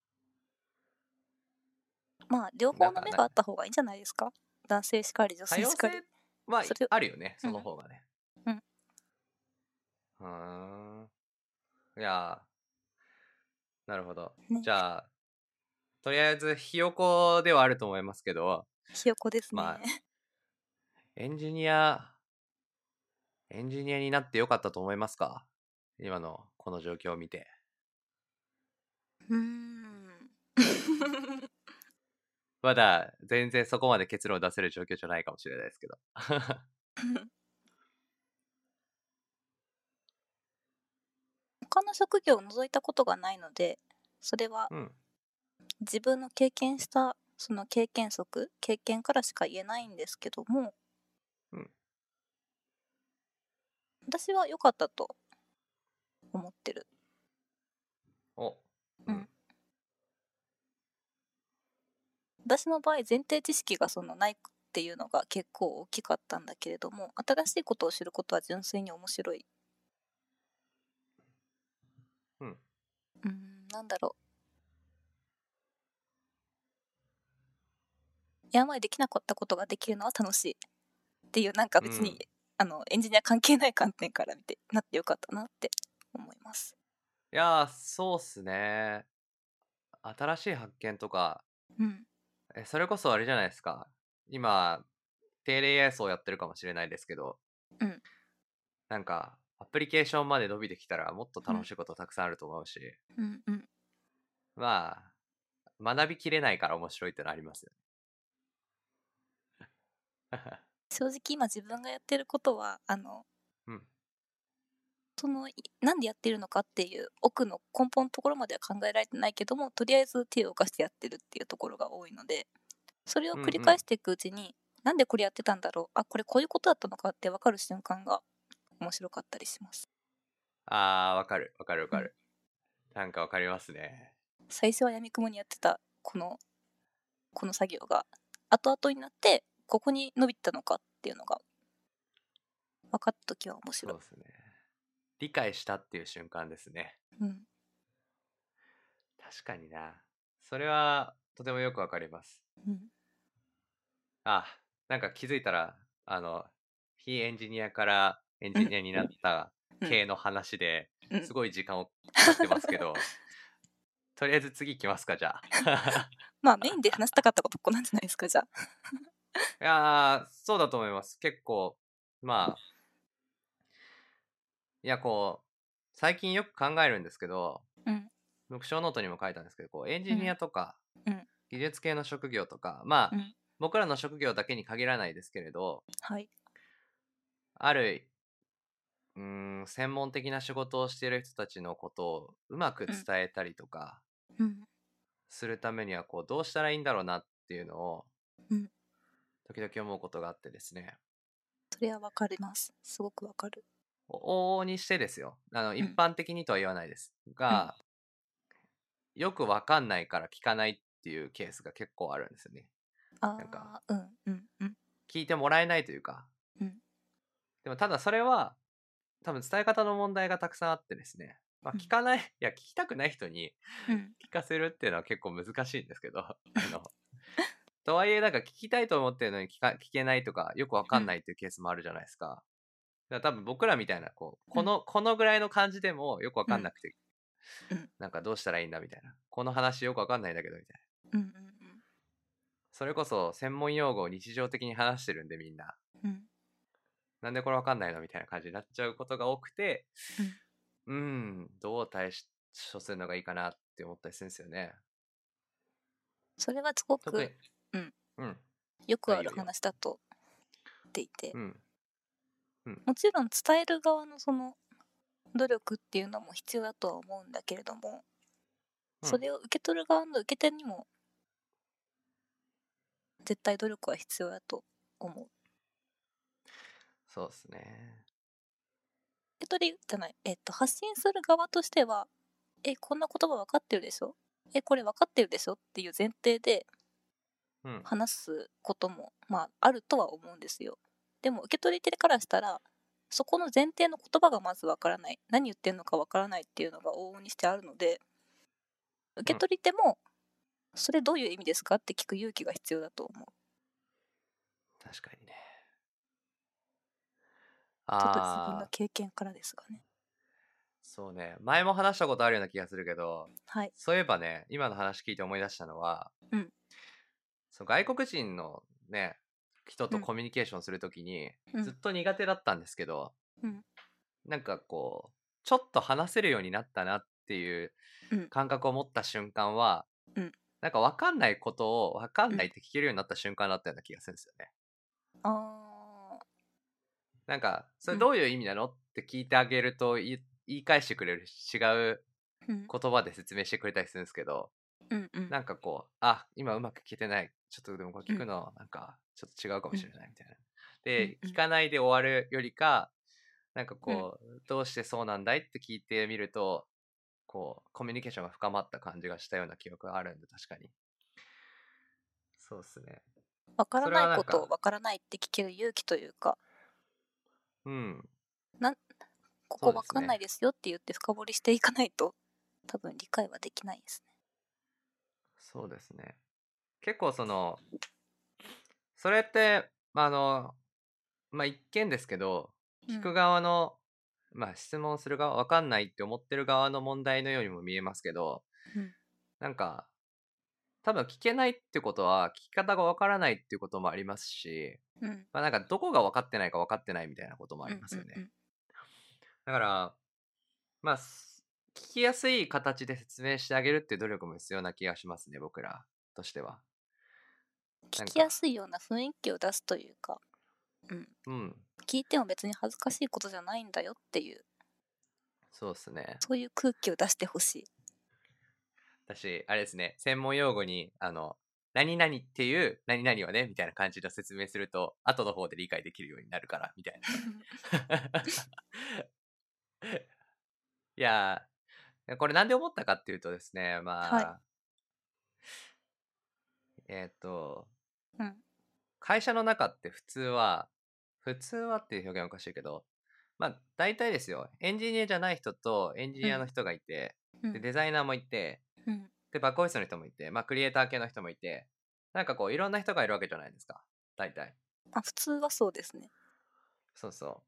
まあ、両なんか方の目があった方がいいんじゃないですか。男性しかり、女多様性性しかり。 はそれを、 あるよね、そうん。 の方がね。 うん。 うーん。いやー、なるほど。じね。 ゃあ、とりあえず、ひよこではあると思いますけど、 ひよこですね。 まあ、エンジニア、エンジニアになってよかったと思いますか？今のこの状況を見て。 うーん。 まだ全然そこまで結論を出せる状況じゃないかもしれないですけど。 他の職業を除いたことがないので、それはうん。 自分の経験したその経験からしか言えないんですけども、 うん。 私は良かったと思ってる。 お。 うん。 うん。 私の場合、前提知識がないっていうのが結構大きかったんだけれども、新しいことを知ることは純粋に面白い。 うん。 なんだろう。今までできなかったことができるのは楽しいっていう、なんか別に、 うん。 エンジニア関係ない観点から見て、なってよかったなって思います。 いやー、そうっすね。新しい発見とか、 うん。 それこそあれじゃないですか。今、定例 AI 層やってるかもしれないですけど、 うん。 なんか、アプリケーションまで伸びてきたらもっとうん。 楽しいことたくさんあると思うし、 うん。うん。 まあ、学びきれないから面白いってのありますよね。 正直今自分がやってることは、 うん。 なんでやってるのかっていう奥の根本のところまでは考えられてないけども、とりあえず手を動かしてやってるっていうところが多いので、それをうんうん。 繰り返していくうちに、なんでこれやってたんだろう、これこういうことだったのかって分かる瞬間が面白かったりします。 あー、わかる。わかるわうん。 かる。なんかわかりますね。 最初はやみくもにやってたこの作業が後々になってここに伸びたのかっていうのが分かった時は面白い。 そうですね。理解したっていう瞬間ですね。 うん。 確かにな。それはとてもよくわかります。 うん。 あ、なんか気づいたら、非エンジニアからエンうん。 ジニアになったうん。 系の話でうん。 すごい時間を使ってますけど、とりあえず次行きますか、じゃあ。 まあメインで話したかったことここなんじゃないですか、じゃあ。 いやー、そうだと思います。結構、 まあ、いや、こう、最近よく考えるんですけど、 うん僕、小ノートにも書いたんですけど、こう、エンジニうんアとか、 うん技術系の職業とか、まあ、 うん僕らの職業だけに限らないですけれど、 はい。 ある、専門的な仕事をしている人たちのことをうまくうん伝えたりとかうんするためには、こう、どうしたらいいんだろうなっていうのを、 うん時々思うことがあってですね、 それはわかります。すごくわかる。 往々にしてですよ。一うん般的にとは言わないですうんが、よくわかんないから聞かないっていうケースが結構あるんですよね。なんか、 ああうんうんうん聞いてもらえないというか、 うんでもただそれは、多分伝え方の問題がたくさんあってですね、まあ、 うん聞かない、いや、聞きたくない人にうん聞かせるっていうのは結構難しいんですけど、とはいえ、なんか聞きたいと思ってるのに聞けないとか、よくわかんないっていうケースもあるじゃないですか。だから多分僕らみたいな、こう、 うんこのぐらいの感じでもよくわうんかんなくて、 うんなんかどうしたらいいんだみたいな。この話よくわかんないんだけど、みたいな。 うんうんそれこそ専門用語を日常的に話してるんでみんな。 うんなんでこれわかんないのみたいな感じになっちゃうことが多くて、どう対処するのがいいかなって思ったりするんですよね。 それはすご特に、 く、うん、 うん。 よくあるいいよいいよ。 話だと言っていて、 うん。うん。 もちろん伝える側のその努力っていうのも必要だとは思うんだけれども、 うん。 それを受け取る側の受け手にも絶対努力は必要だと思う。 そうですね。 受け取りじゃない、発信する側としては、こんな言葉分かってるでしょ、これ分かってるでしょっていう前提でうん。 話すことも、まあ、あるとは思うんですよ。でも受け取り手からしたら、そこの前提の言葉がまず分からない、何言ってんのか分からないっていうのが往々にしてあるので、受け取り手もそれどういう意味ですかって聞く勇気が必要だと思う。 確かにね。 ちょっと自分のああ、 経験からですがね。 そうね。前も話したことあるような気がするけど、 はい。 そういえばね、今の話聞いて思い出したのは、 うんそう外国人のね、人うんとコミュニケーションするときに、 うんずっと苦手だったんですけど、 うんなんかこう、ちょっと話せるようになったなっていううん感覚を持った瞬間は、 うんなんか分かんないことを分かんうんないって聞けるようになった瞬間だったような気がするんですよね。 あなんか、そーうんれどういう意味なのって聞いてあげると言い返してくれるし、違ううん言葉で説明してくれたりするんですけど、 うんうんなんかこう、あ、今うまく聞けてない。ちょっとでもこれうん聞くの、なんか、ちょっと違うかもうんしれないみたいな。 うんで、聞かないで終わるよりか、なんかうんこう、どうしてそうなんだいって聞いてみると、こう、コミュニケーションが深まった感じがしたような記憶があるんで、確かに。そうっすね。それ分からないはなんか、 ことを分からないって聞ける勇気というか、 うん、 なんこそこ分かんないうですね。 ですよって言って深掘りしていかないと多分理解はできないですそうですね。結構それって、まあ、一見ですけど、 ね。 聞く側の、まあ、質問する側、わかんないって思ってる側の問題のようにも見えますけど、 うんなんか、多分聞けないってことは、聞き方がわからないっていうこともありますし、 うんまあなんかどこが分かってないか分かってないみたいなこともあうんりますよね。 うんだから、まあ、聞きやすい形で説明してあげるっていう努力も必要な気がしますね、僕らとしては。 聞きやなんか、 すいような雰囲気を出すというか、うん、 うん、 聞いても別に恥ずかしいことじゃないんだよっていう、 そうですね。 そういう空気を出してほしい。 私、あれですね、専門用語に、何々っていう何々をね、みたいな感じで説明すると、後の方で理解できるようになるから、みたいな。いやー、これなんで思ったかっていうとですね、 はい。 まあ、えっと、 うん会社の中って普通はっていう表現はおかしいけど、まあ、大体ですよ、エンジニアじゃない人とエンジニアの人がいて、で、 うんデザイナーもいて、 うんで、バックオフィスの人もいて、まあ、クリエイター系の人もいて、なんかこう、いろんな人がいるわけじゃないですか。大体。 あ、普通はそうですね。 そうそう。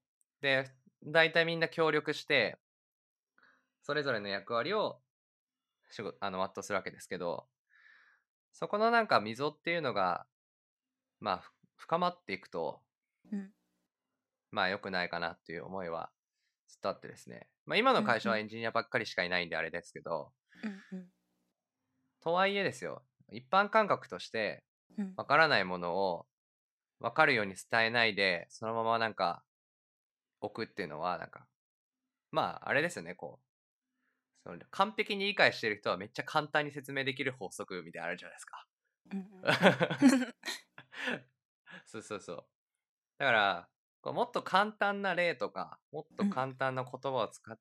で、大体みんな協力して、それぞれの役割を全うするわけですけど、そこのなんか溝っていうのが、まあ、深まっていくと、 うんまあ良くないかなっていう思いはずっとあってですね。まあ今の会社はエンジニアばっかりしかいないんであれですけど、とはいえですよ、一般感覚としてわからないものをわかるように伝えないで、そのままなんか置くっていうのは、なんか、まああれですよね、こう、その完璧に理解してる人はめっちゃ簡単に説明できる法則みたいなのあるじゃないですか。そうそうそう。だから、こうもっと簡単な例とか、もっと簡単な言葉を使って、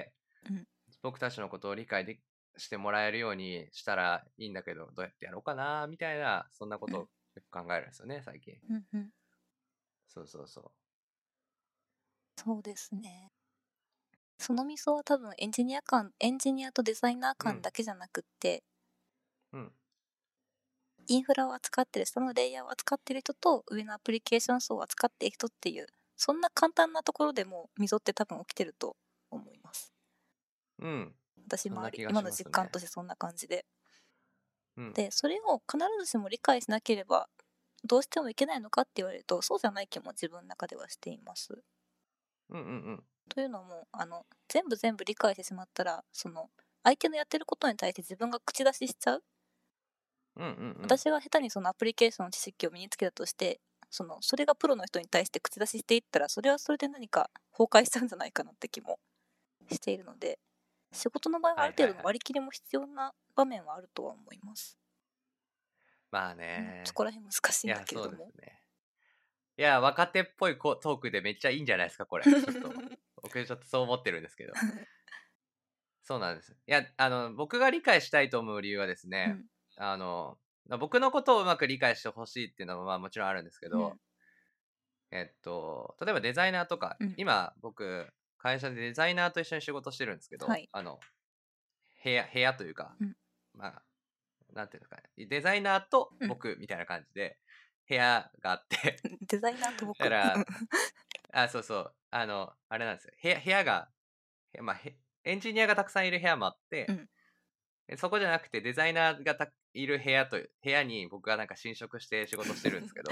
僕たちのことを理解してもらえるようにしたらいいんだけど、どうやってやろうかな、みたいな、そんなことをよく考えるんですよね、最近。そうそうそそうですね。そのミソは多分エンジニアとデザイナー間だけじゃなくって、インフラを扱ってる下のレイヤーを扱ってる人と上のアプリケーション層を扱っている人っていう、そんな簡単なところでも溝って多分起きてると思います。私そんな気が今しますね。 の実感としてそんな感じで。 うん。 で、それを必ずしも理解しなければどうしてもいけないのかって言われると、そうじゃない気も自分の中ではしています。というのも、全部理解してしまったら、その相手のやってることに対して自分が口出ししちゃう。私が下手にそのアプリケーションの知識を身につけたとして、それがプロの人に対して口出ししていったら、それはそれで何か崩壊しちゃうんじゃないかなって気もしているので、仕事の場合はある程度の割り切りも必要な場面はあるとは思います。 まあね、 そこら辺難しいんだけれども。 いや、そうですね。いや、若手っぽいトークでめっちゃいいんじゃないですか、これ。ちょっと、僕ちょっとそう思ってるんですけど。そうなんです。いや、僕が理解したいと思う理由はですね、僕のことをうまく理解してほしいっていうのはまあもちろんあるんですけど、例えばデザイナーとか、今僕、会社でデザイナーと一緒に仕事してるんですけど、部屋というか、まあ、なんていうんですかね、デザイナーと僕みたいな感じで、部屋があってデザイナーと僕だからそうそう、あれなんですよ、部屋が、まあ、エンジニアがたくさんいる部屋もあって、そこじゃなくてデザイナーがいる部屋に僕がなんか侵食して仕事してるんですけど、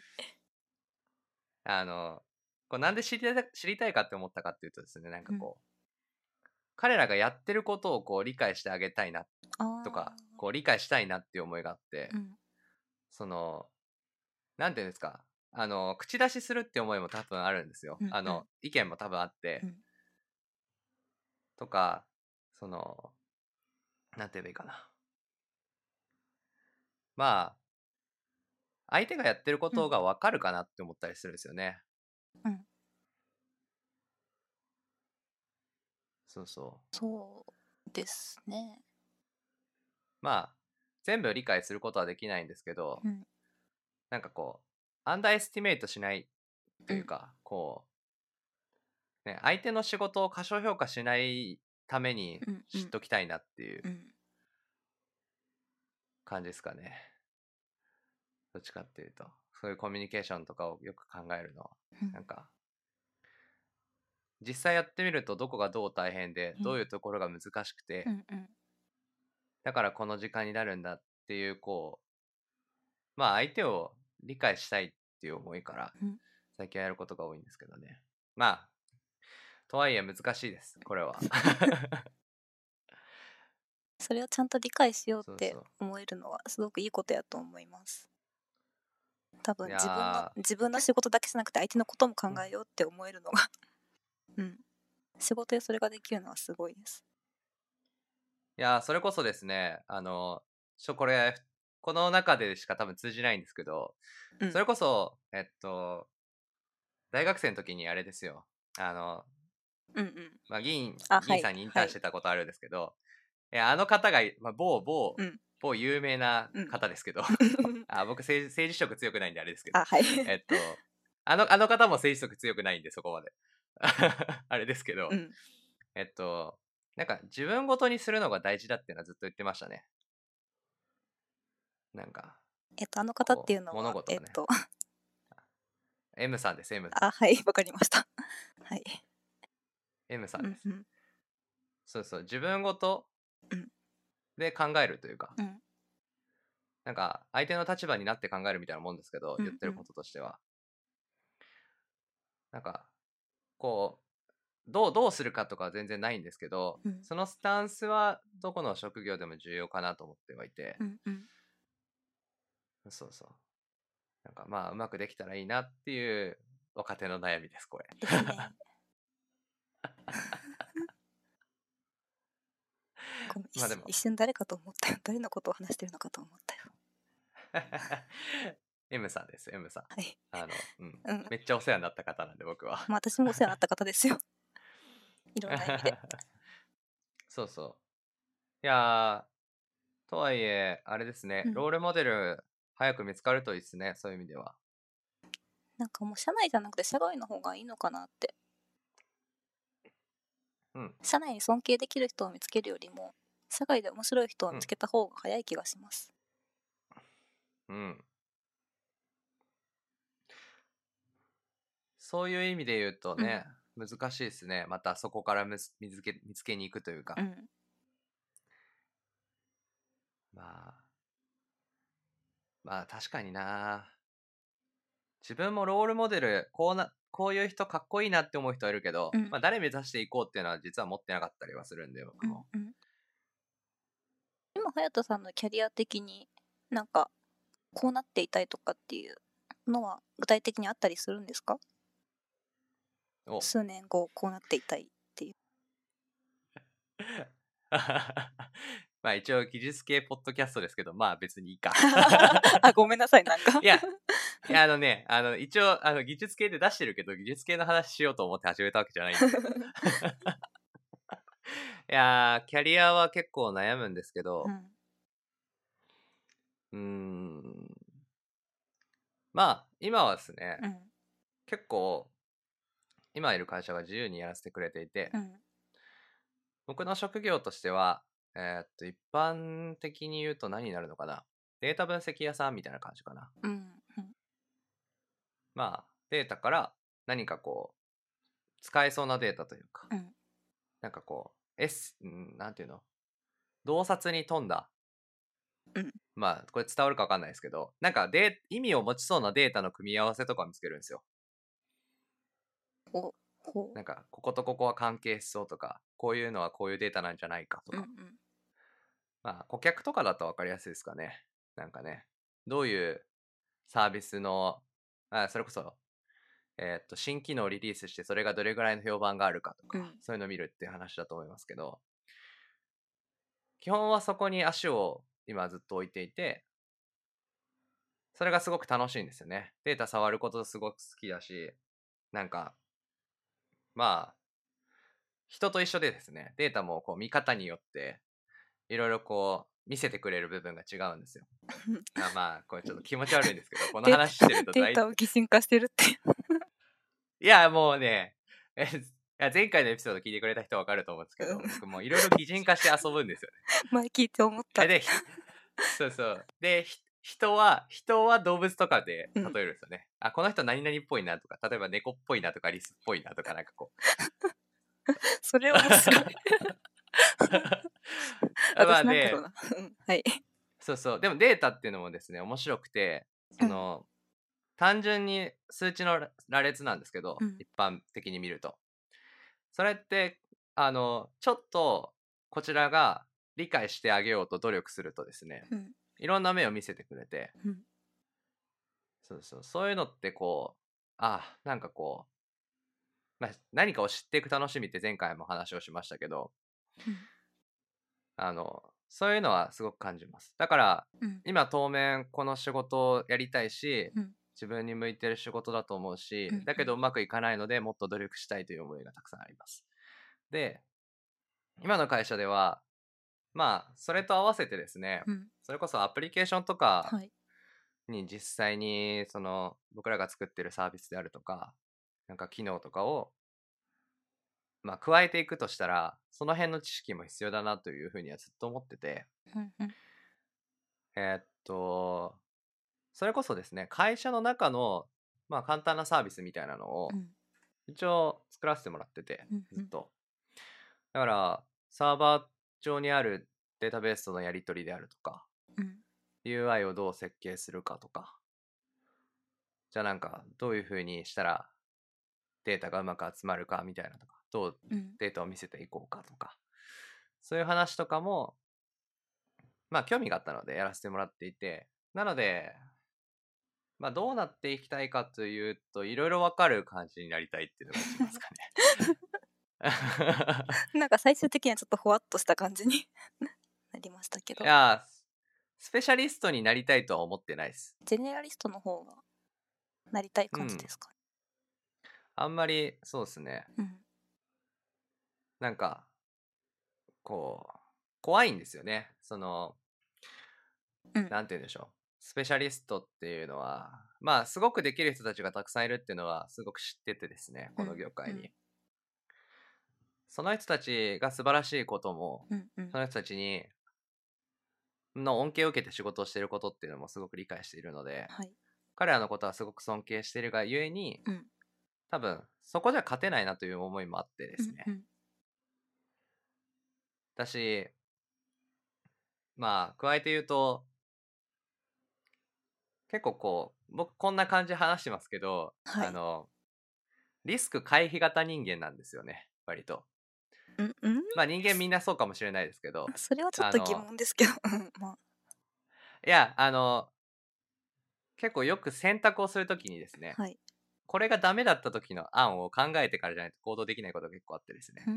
こうなんで知りたいかって思ったかっていうとですね、なんかこう、彼らがやってることをこう理解してあげたいなとか、こう理解したいなっていう思いがあって、その、なんていうんですか、口出しするって思いも多分あるんですよ。意見も多分あって、とか、なんて言えばいいかな。まあ、相手がやってることがわかるかなって思ったりするんですよね。そうそう。 そうですね。 まあ、全部理解することはできないんですけど、なんかこう、アンダーエスティメイトしないというか、こう、ね、相手の仕事を過小評価しないために知っときたいなっていう感じですかね。どっちかっていうと、そういうコミュニケーションとかをよく考えるのは、なんか、実際やってみるとどこがどう大変で、どういうところが難しくて、だからこの時間になるんだっていう、こう、まあ相手を理解したいっていう思いから、最近はやることが多いんですけどね。まあ、とはいえ難しいです、これは。 それをちゃんと理解しようって思えるのはすごくいいことやと思います。多分自分の仕事だけじゃなくて相手のことも考えようって思えるのが仕事でそれができるのはすごいです。 いやそれこそですね、この中でしか多分通じないんですけど、それこそ大学生の時にあれですよ、まあ、議員さんにインターンしてたことあるんですけど、あの方が、まあ、某有名な方ですけど、僕政治色強くないんであれですけど、あの方も政治色強くないんでそこまであれですけど、なんか自分ごとにするのが大事だっていうのはずっと言ってましたね。なんかあの方っていうのは物事がね、M さんです。M さん。 はい、わかりました。はい。 M さんです。そうそう、自分ごとで考えるというか、なんか相手の立場になって考えるみたいなもんですけど、言ってることとしては。 なんかこうどうするかとかは全然ないんですけど、 うんそのスタンスはどこの職業でも重要かなと思ってはいて、 うんうん。 そうそう。なんかまあうまくできたらいいなっていう若手の悩みです、これ。 ですね。ごめん、 まあでも一瞬誰かと思ったよ。誰のことを話してるのかと思ったよ。 M さんです、M さん。 はい。うん。 めっちゃお世話になった方なんで僕は。 まあ私もお世話になった方ですよ。いろんな意味で。 そうそう。いやー、とはいえ、あれですね、 うん。 ロールモデル早く見つかるといいですね、そういう意味では。 なんかもう社内じゃなくて社外の方がいいのかなって。 うん、 社内に尊敬できる人を見つけるよりも、社外で面白い人を見つけた方が早い気がします。 うん。そういう意味で言うとね、難しいですね。またそこから見つけに行くというか。 うん。 まあ確かにな。自分もロールモデル、こういう人かっこいいなって思う人はいるけど、 うんまあ誰目指していこうっていうのは実は持ってなかったりはするんで、僕も。 うん。今、隼人さんのキャリア的になんか、こうなっていたいとかっていうのは具体的にあったりするんですか？ お数年後、こうなっていたいっていう。 まあ一応技術系ポッドキャストですけど、まあ別にいいか。 あ、ごめんなさい、なんか。 いや、一応、技術系で出してるけど、技術系の話しようと思って始めたわけじゃないんで。いやー、キャリアは結構悩むんですけど、まあ、今はですね、結構、今いる会社が自由にやらせてくれていて、僕の職業としては、一般的に言うと何になるのかな。データ分析屋さんみたいな感じかな。まあ、データから何かこう、使えそうなデータというか、なんかこう、なんていうの、洞察に富んだ、まあ、これ伝わるかわかんないですけど、なんか意味を持ちそうなデータの組み合わせとかを見つけるんですよ。なんか、こことここは関係しそうとか、こういうのはこういうデータなんじゃないかとか。まあ、顧客とかだと分かりやすいですかね。なんかね、どういうサービスの、それこそ、新機能リリースしてそれがどれぐらいの評判があるかとか、そういうのを見るっていう話だと思いますけど、基本はそこに足を今ずっと置いていて、それがすごく楽しいんですよね。データ触ることすごく好きだし、なんか、まあ、人と一緒でですね、データもこう見方によって、いろいろこう、見せてくれる部分が違うんですよ。まあ、これちょっと気持ち悪いんですけど、この話してるとデータを擬人化してるっていや、もうね、いや前回のエピソード聞いてくれた人はわかると思うんですけど、僕もいろいろ擬人化して遊ぶんですよね。 前聞いて思ったで、そうそう。で、人は動物とかで例えるんですよね。この人何々っぽいなとか、例えば猫っぽいなとかリスっぽいなとか、なんかこう。 それ面白い私なんだろうなはい。 そうそう。でもデータっていうのもですね、面白くて、単純に数値の羅列なんですけど、一般的に見ると。それって、ちょっとこちらが理解してあげようと努力するとですね、いろんな面を見せてくれて、そういうのってこう、なんかこう、何かを知っていく楽しみって前回も話をしましたけど、そういうのはすごく感じます。だから、今当面この仕事をやりたいし、自分に向いてる仕事だと思うし、だけどうまくいかないのでもっと努力したいという思いがたくさんあります。で、今の会社では、まあ、それと合わせてですね、それこそアプリケーションとかに実際に、僕らが作ってるサービスであるとか、なんか機能とかを、まあ、加えていくとしたら、その辺の知識も必要だなというふうにはずっと思ってて、それこそですね、会社の中の、まあ、簡単なサービスみたいなのを、一応作らせてもらってて、ずっと。だから、サーバー上にあるデータベースとのやり取りであるとか、UI をどう設計するかとか、じゃあなんか、どういう風にしたら、 データがうまく集まるかみたいなとか、どううんデータを見せていこうかとか、そういう話とかも、まあ興味があったのでやらせてもらっていて、なので、まあどうなっていきたいかというと、いろいろわかる感じになりたいっていうのが一番ですかね。 なんか最終的にはちょっとほわっとした感じになりましたけいど、 やー、スペシャリストになりたいとは思ってないです。 ジェネラリストの方がなりたい感じですかね。 あんまり、そうですね。 うんなんか、こう、怖いんですよね。その、 うんなんて言うんでしょう。スペシャリストっていうのは、まあ、すごくできる人たちがたくさんいるっていうのは、すごく知っててですね、この業界に。その人たちが素晴らしいことも、 うんうんその人たちの恩恵を受けて仕事をしていることっていうのもすごく理解しているので、 はい彼らのことはすごく尊敬しているがゆえに、 うん多分、そこじゃ勝てないなという思いもあってですね。 うんだし、まあ、加えて言うと、結構こう、僕こんな感じで話してますけど、 はいリスク回避型人間なんですよね、割と。 うんうんまあ人間みんなそうかもしれないですけど、 それはちょっと疑問ですけどまあいや、結構よく選択をするときにですね、 はいこれがダメだった時の案を考えてからじゃないと行動できないことが結構あってですね。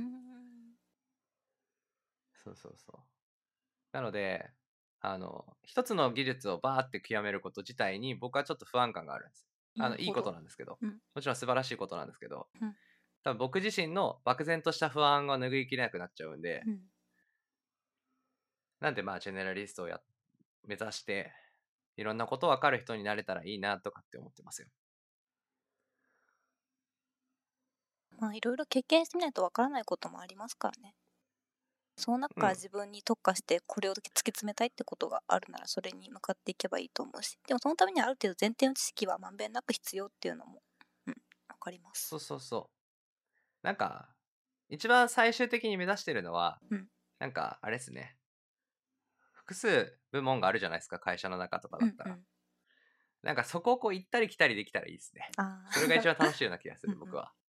そうそうそう。なので、一つの技術をバーって極めること自体に僕はちょっと不安感があるんです。いいことなんですけど、 うんもちろん素晴らしいことなんですけど、 うん多分僕自身の漠然とした不安が拭いきれなくなっちゃうんで、 うんなんでまあジェネラリストを目指して、いろんなこと分かる人になれたらいいなとかって思ってますよ。 まあいろいろ経験してみないとわからないこともありますからね。その中から自分に特化してこれを突き詰めたいってことがあるならそれに向かっていけばいいと思うし、でもそのためにはある程度前提の知識はまんべんなく必要っていうのもわかります。 そうそうそう。なんか、一番最終的に目指してるのは、 うんなんか、あれですね。複数部門があるじゃないですか、会社の中とかだったら。なんかそこをこう行ったり来たりできたらいいですね。 ああそれが一番楽しいような気がする、 うん僕は。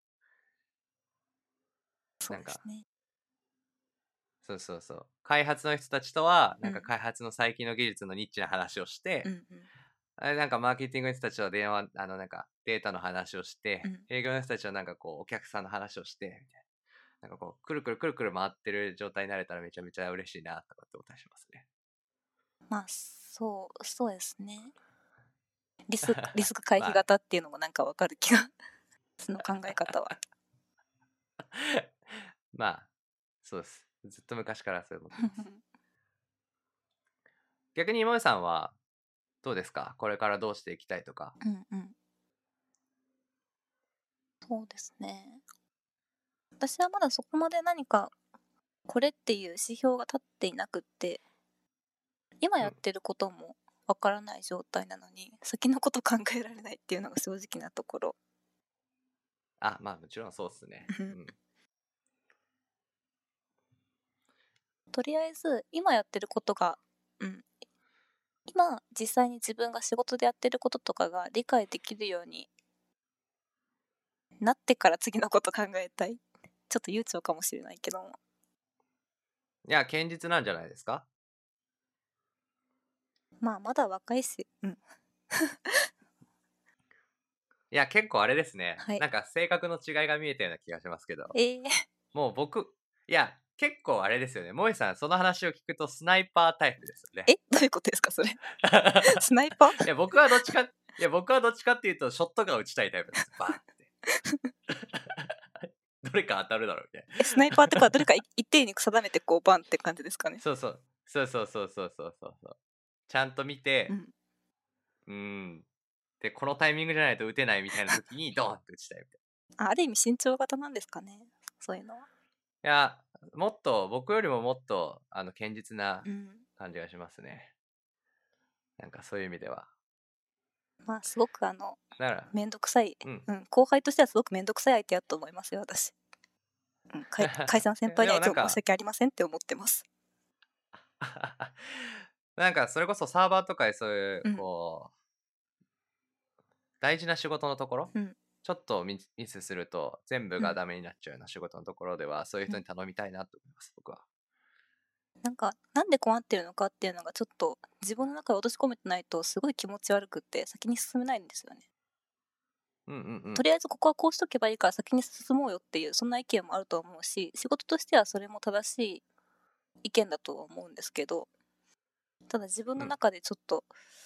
そなんか、 うですね。 そうそうそう。開発の人たちとは、なんかうん開発の最近の技術のニッチな話をして、 うんなんかマーケティングの人たちはなんかデータの話をして、 うん営業の人たちはなんかこう、お客さんの話をして、みたいな。なんかこう、くるくるくるくる回ってる状態になれたらめちゃめちゃ嬉しいな、とかって思ったりしますね。 まあそうですね。リスク回避まあ、 型っていうのもなんかわかる気がその考え方は。 まあ、そうです。ずっと昔からそう思ってます。逆に今井さんはどうですか？これからどうしていきたいとか。 そうですね。私はまだそこまで何かこれっていう指標が立っていなくって、今やってることもわからない状態なのに、先のこと考えられないっていうのが正直なところ。 あ、まあもちろんそうっすね。 とりあえず今やってることが、今実際に自分が仕事でやってることとかが理解できるようになってから次のこと考えたい。ちょっと悠長かもしれないけども。 いや、堅実なんじゃないですか？ まあまだ若いし、 いや、結構あれですね。 はい。 なんか性格の違いが見えたような気がしますけど。 ー、 もう僕、いや、結構あれですよね。萌さん、その話を聞くとスナイパータイプですよね。 どういうことですかそれ。スナイパーいや、僕はどっちかっていうと、ショットガン打ちたいタイプです。バーンって。どれか当たるだろうみたいな。 スナイパーってかどれか一定に定めてこうバンって感じですかね。 そう。ちゃんと見て、で、このタイミングじゃないと打てないみたいな時にドーンって打ちたいみたいある意味慎重型なんですかね。そういうのは。 な。いや、僕よりももっと、堅実な感じがしますね。なんかそういう意味では。 まあすごくだからめんどくさい、後輩としてはすごくめんどくさい相手だと思いますよ私。解散先輩にはいつも申し訳ありませんって思ってます。 なんかそれこそサーバーとかでそういう、こう大事な仕事のところちょっとミスすると全部がダメになっちゃうような仕事のところでは、そういう人に頼みたいなと思います、僕は。 なんかなんで困ってるのかっていうのがちょっと自分の中で落とし込めてないとすごい気持ち悪くって先に進めないんですよね。 うんうんうん。 とりあえずここはこうしとけばいいから先に進もうよっていうそんな意見もあると思うし、仕事としてはそれも正しい意見だとは思うんですけど、ただ自分の中でちょっと、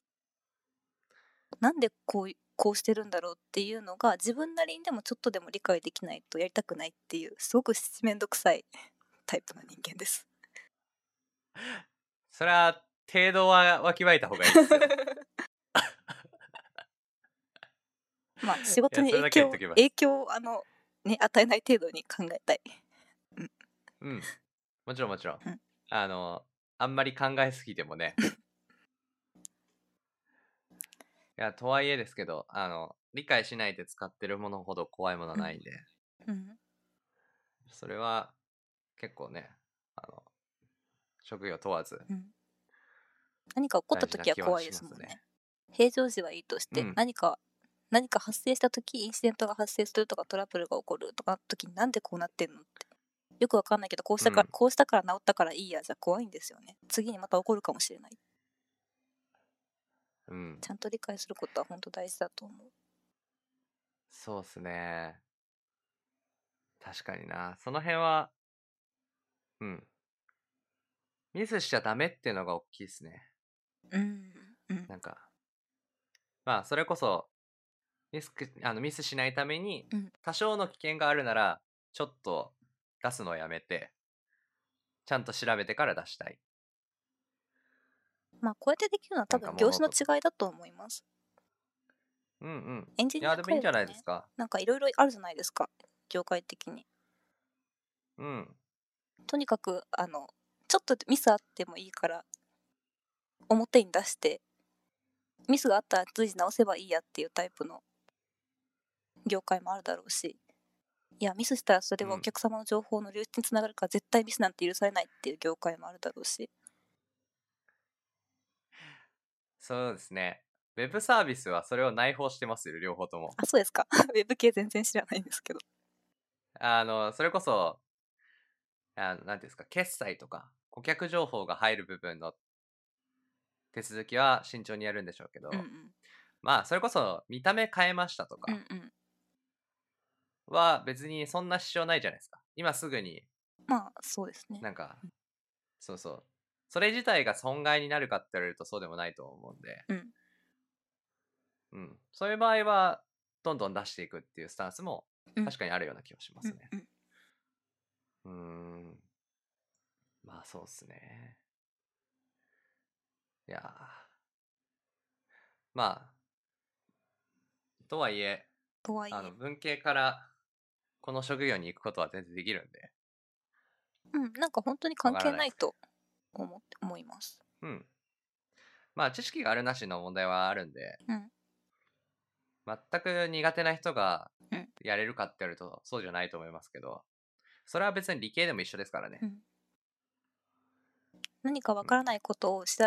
なんでこうしてるんだろうっていうのが自分なりにでもちょっとでも理解できないとやりたくないっていうすごくめんどくさいタイプの人間です。 それは程度はわきまえた方がいいですよ。 まあ仕事にいやそれだけは言っときます。 影響をね、与えない程度に考えたい。 うん。もちろんもちろん。 うんあんまり考えすぎてもね。いや、とはいえですけど、理解しないで使ってるものほど怖いものはないんで、 うんそれは結構ね、職業問わずうん、何か起こった大事な時は怖い気はしですもんね。 ますね。 平常時はいいとしてうん。 何か発生した時、インシデントが発生するとかトラブルが起こるとかの時になんでこうなってんのってよくわかんないけど、こううん。 したから治ったからいいやじゃ怖いんですよね。次にまた起こるかもしれない。 うん。 ちゃんと理解することは本当大事だと思う。 そうっすね。確かにな。その辺は、うん。ミスしちゃダメっていうのが大きいですね。 うんうんなんか、まあ、それこそ、ミスしないために、 うん。 多少の危険があるなら、ちょっと出すのをやめて、ちゃんと調べてから出したい。 まあこうやってできるのは多なんか分業種の物とか。 違いだと思います。 うんうん。 エンジいや、 ニア界隈でもいいんじゃないですね、 か。 なんかいろいろあるじゃないですか、業界的に。 うん。 とにかくちょっとミスあってもいいから表に出して、ミスがあったら随時直せばいいやっていうタイプの業界もあるだろうし、いやミスしたらそれはおうん。 客様の情報の流出につながるから絶対ミスなんて許されないっていう業界もあるだろうし。 そうですね。ウェブサービスはそれを内包してますよ、両方とも。 あ、そうですか。ウェブ系全然知らないんですけど。 それこそ、なんていうんですか、決済とか、顧客情報が入る部分の手続きは慎重にやるんでしょうけど、 うんうんまあ、それこそ見た目変えましたとかうんうん。 は別にそんな支障ないじゃないですか。今すぐにまあそうですね。 なんか、そうそう。それ自体が損害になるかって言われるとそうでもないと思うんで、 うんうん。そういう場合は、どんどん出していくっていうスタンスもうん確かにあるような気がしますね。 うんうん。 うーん。まあそうっすね。いやーまあ、とはいえ、 とはいえ、 文系からこの職業に行くことは全然できるんで、 なんか本当にわ関からないですけ係ないと思います。 ど。うん。まあ知識があるなしの問題はあるんで、 うん全く苦手な人がうんやれるかって言われるとそうじゃないと思いますけど、それは別に理系でも一緒ですからね。 うん。何かわうん。 からないことを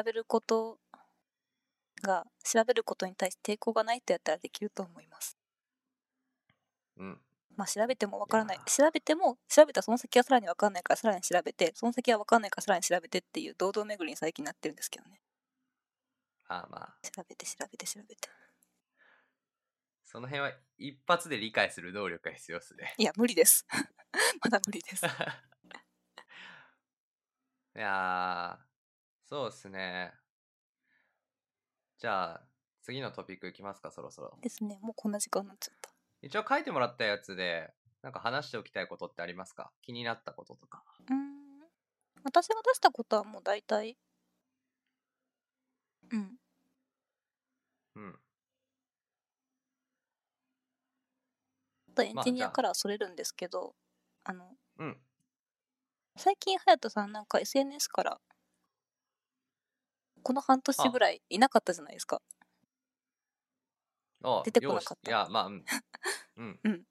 調べることに対して抵抗がないとやったらできると思います。 うん。 まあ調べてもわいやからない。調べたその先はさらにわかんないからさらに調べて、その先はわかんないからさらに調べてっていう堂々巡りに最近なってるんですけどね。 まあ、 調べて調べて調べて。 その辺は一発で理解する能力が必要ですね。 いや、無理です。まだ無理です。 いやそうですね。じゃあ、次のトピックいきますか、そろそろ。 ですね。もうこんな時間になっちゃった。 一応書いてもらったやつで、なんか話しておきたいことってありますか？気になったこととか。 私が出したことはもう大体、うん。 うん。 あとエンまあ、 ジニアじゃあ、 からはそれるんですけど、 うん。 最近、隼人さんなんか SNS からこの半年ぐあ、 らいいなかったじゃないですか。出てこよし。 なかった。 いや、まあ、うん。うん。 うん。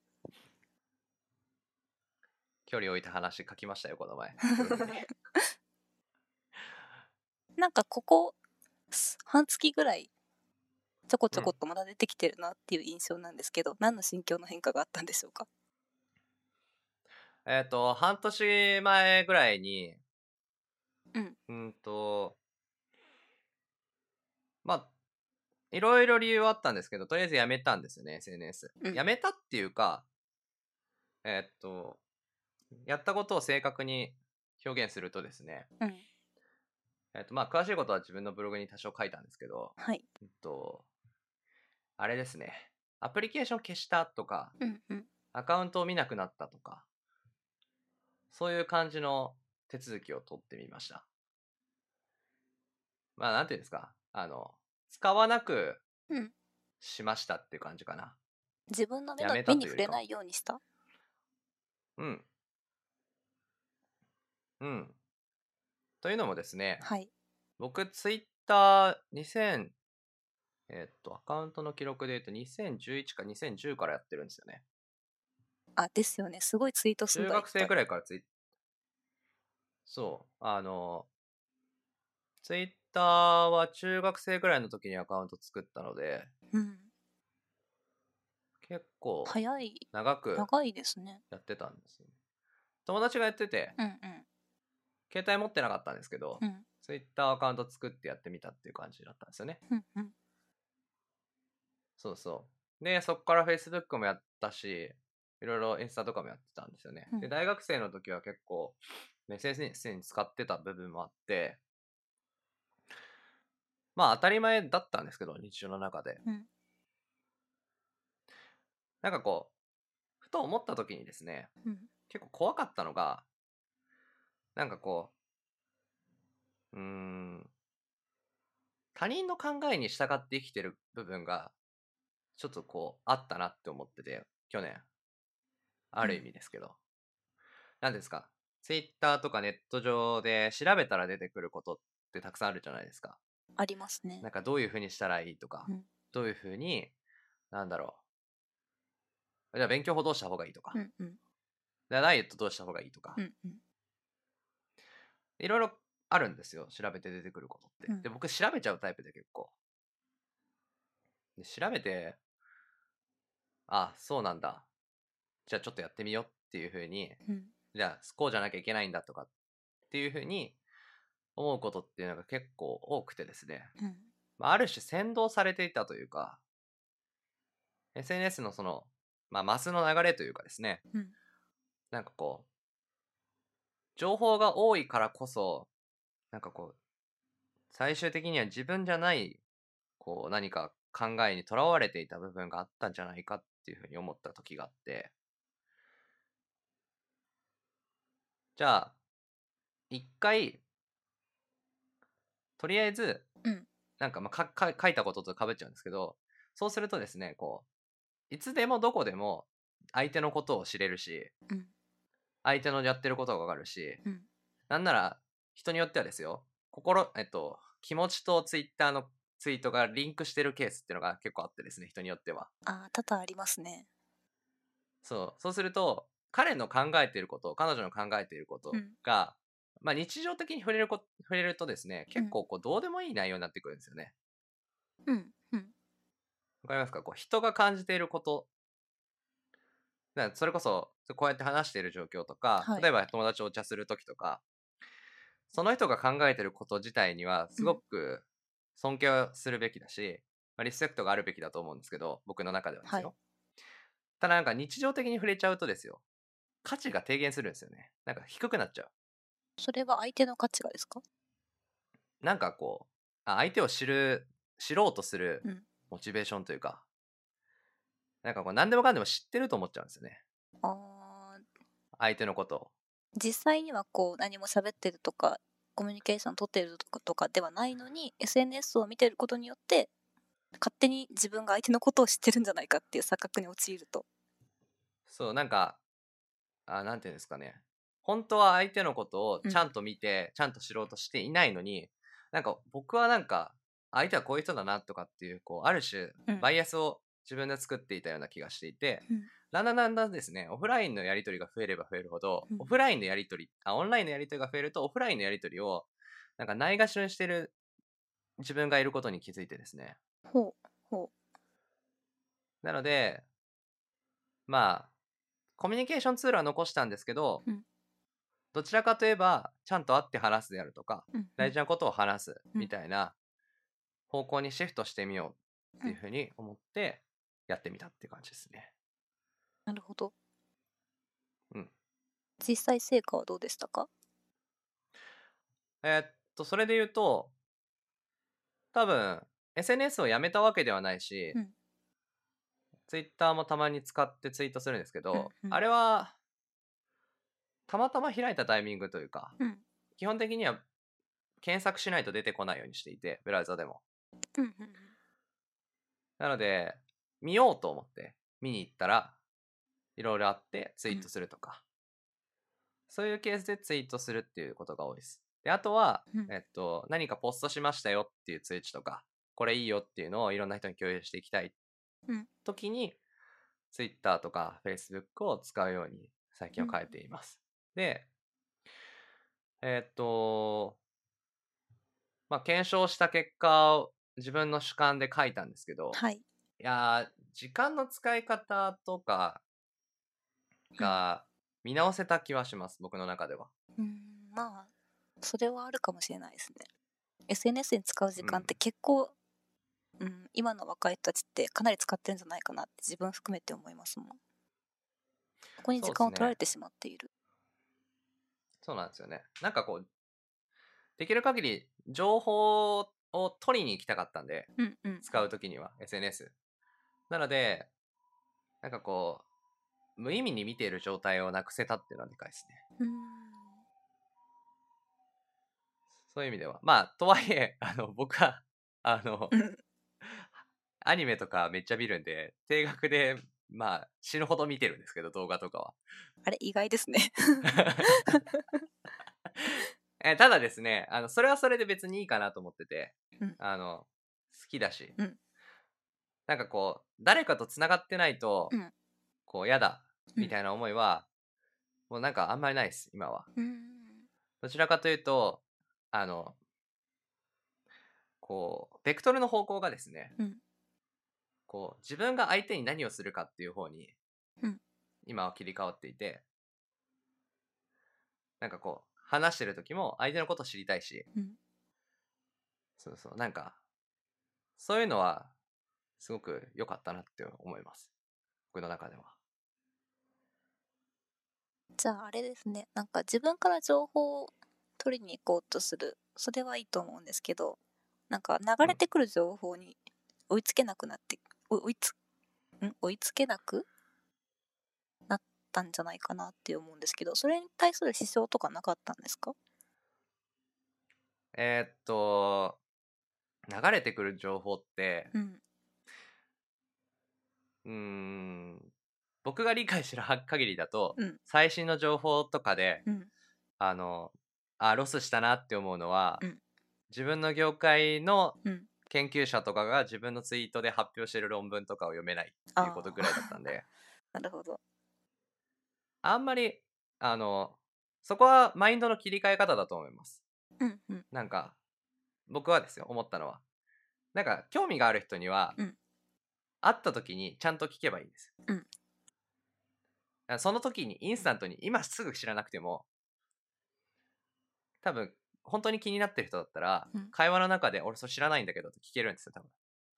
距離置いた話書きましたよ、この前。ブログに。 なんかここ半月ぐらいちょこちょこっとまだ出てきてるなっていう印象なんですけど、何の心境の変化があったんでしょうか？ 半年前ぐらいに、 うん。 まあ、いろいろ理由はあったんですけど、とりあえずやめたんですよね、SNS。 うん。 やめたっていうか、やったことを正確に表現するとですね、 うん。 詳しいことは自分のブログに多少書いたんですけど、 はい。 あれですね、アプリケーション消したとか、 うんうん。 アカウントを見なくなったとか、そういう感じの手続きを取ってみました。なんていうんですか、使わなくうん。 しましたっていう感じかな。 自分のやめ目たというよりかは。 に触れないようにした？ うん。うん。というのもですね、 はい。 僕、ツイッター2000、アカウントの記録で言うと2011か2010からやってるんですよね。 あ、ですよね。すごいツイート数中がいっぱい。 学生ぐらいからそう、ツイッターは中学生ぐらいの時にアカウント作ったので、 うん。 結構早い、 長く長いですね。 やってたんですよね。友達がやってて、 うんうん。 携帯持ってなかったんですけど、 うん。 ツイッターアカウント作ってやってみたっていう感じだったんですよね。 うんうん。 そうそう。で、そこから Facebook もやったし、いろいろインスタとかもやってたんですよね。 うんで、大学生の時は結構、SNS に使ってた部分もあって、当たり前だったんですけど、日常の中で。 うん。 なんかこう、ふと思った時にですね、 うん。 結構怖かったのが、なんかこう、他人の考えに従って生きてる部分が、ちょっとこう、あったなって思ってて、去年。ある意味ですけど。何ですか、ツイッターとかネット上で調べたら出てくることってたくさんあるじゃないですか。 ありますね。 なんかどういう風にしたらいいとか、 うん。 どういう風に、なんだろじゃあ勉強法どうした方がいいとか、 うんうん。 じゃあダイエットどうした方がいいとか、 うんうん。 いろいろあるんですよ。調べて出てくることって。 うん。 で、僕調べちゃうタイプで結構。で、調べて、あ、そうなんだ。じゃあちょっとやってみようっていう風に、 うん。 じゃあこうじゃなきゃいけないんだとかっていう風に思うことっていうのが結構多くてですね。 うん。 ある種先導されていたというか、SNS のマスの流れというかですね、 うん。 なんかこう、情報が多いからこそ、なんかこう、最終的には自分じゃない、こう、何か考えにとらわれていた部分があったんじゃないかっていうふうに思った時があって、じゃあ、一回、とりあえず、 うん。 なんか書いたことと被っちゃうんですけど、そうするとですね、こう、いつでもどこでも相手のことを知れるし、 うん。 相手のやってることがわかるし、 うん。 なんなら、人によってはですよ、気持ちとツイッターのツイートがリンクしてるケースっていうのが結構あってですね、人によっては。 あ、多々ありますね。 そうすると、彼の考えていること、彼女の考えていることうん。 が、日常的に触れるとですね、 うん。 結構こう、どうでもいい内容になってくるんですよね。 うん。うん。 わかりますか？こう、人が感じていること、だからそれこそ、こうやって話している状況とか、 はい。 例えば友達とお茶するときとか、その人が考えてること自体にはすごうん。 く尊敬をするべきだし、リスペクトがあるべきだと思うんですけど、僕の中ではではい。 すよ。ただなんか日常的に触れちゃうとですよ、価値が低減するんですよね。なんか低くなっちゃう。 それは相手の価値がですか？ なんかこう、相手を知ろうとするうん。 モチベーションというか、なんかこう何でもかんでも知ってると思っちゃうんですよね。 あー、 相手のことを。 実際にはこう何も喋ってるとかコミュニケーション取ってるとかではないのに SNS を見てることによって勝手に自分が相手のことを知ってるんじゃないかっていう錯覚に陥ると。 そう、なんか、なんていうんですかね。本当は相手のことをうん。 ちゃんと見て、ちゃんと知ろうとしていないのに、なんか僕はなんか、相手はこういう人だなとかっていう、こう、ある種、 うん。 バイアスを自分で作っていたような気がしていて、 うん。 だんだんですね、オフラインのやりとりが増えれば増えるほど、 うん。 オフラインのやりとり、オンラインのやりとりが増えると、オフラインのやりとりを、なんかないがしろにしてる自分がいることに気づいてですね。 ほうほなので、まあ、コミュニケーションツールは残したんですけど、 うんどちらかといえば、ちゃんと会って話すであるとか、 うん大事なことを話すうんみたいな方向にシフトしてみようっていううんふうに思ってやってみたっていう感じですね。 なるほど。 うん。 実際成果はどうでしたか？ それで言うと、多分、SNS をやめたわけではないし、 うん Twitter もたまに使ってツイートするんですけど、 うんあれは、たまたま開いたタイミングというか、 うん基本的には検索しないと出てこないようにしていて、ブラウザでも。 うんうんなので、見ようと思って見に行ったら、いろいろあってツイートするとか、そういうケースでツイートするっていうことが多いです。で、あとは、 うん何かポストしましたよっていう通知とか、これいいよっていうのをいろんな人に共有していきたいうん時に、Twitter とか Facebook を使うように最近は変えています。で、まあ、検証した結果を自分の主観で書いたんですけど、 はい。 いやー、時間の使い方とかが見直せた気はします、僕の中では。 まあそれはあるかもしれないですね。SNS に使う時間っうん、 て結構、今の若い人たちってかなり使ってるんじゃないかなって自分含めて思いますもん。ここに時間を取られそうですね。 てしまっている。 そうなんですよね。なんかこう、できる限り情報を取りに行きたかったんで、 うんうん使うときには SNS。なので、なんかこう、無意味に見ている状態をなくせたっていうのはでかいですね。そういう意味では。まあ、とはいえ、僕は、アニメとかめっちゃ見るんで、定額で、まあ、死ぬほど見てるんですけど、動画とかは。 あれ意外ですね。 ただですね、それはそれで別にいいかなと思ってて、 うん好きだし、 うんなんかこう、誰かと繋がってないと、 うんこう、嫌だ、 うんみたいな思いは、もうなんかあんまりないです、今は。 うんどちらかというと、あの、こう、ベクトルの方向がですね、 うんこう、自分が相手に何をするかっていう方に、 うん今は切り替わっていて、なんかこう、話してる時も相手のことを知りたいし、 うんそうそう、なんか、そういうのは、すごく良かったなって思います。僕の中では。 じゃああれですね、なんか自分から情報を取りに行こうとする、それはいいと思うんですけど、なんか流れてくる情報に追いつけなくなって、追いつけなくなったんじゃないかなって思うんですけど、それに対する支障とかなかったんですか？ えーっと、流れてくる情報って、 うんうーん、僕が理解してる限りだと、 うん最新の情報とかで、 うんあの、ロスしたなって思うのは、 うん自分の業界のうん研究者とかが自分のツイートで発表してる論文とかを読めないっていうことぐらいだったんで、 なるほど。 あんまり、そこはマインドの切り替え方だと思います。 うんうんなんか、僕はですよ、思ったのは。なんか、興味がある人には、 うん会った時にちゃんと聞けばいいんです。 うんその時にインスタントに今すぐ知らなくても、多分、本当に気になってる人だったら、 うん会話の中で俺それ知らないんだけどって聞けるんですよ、多分。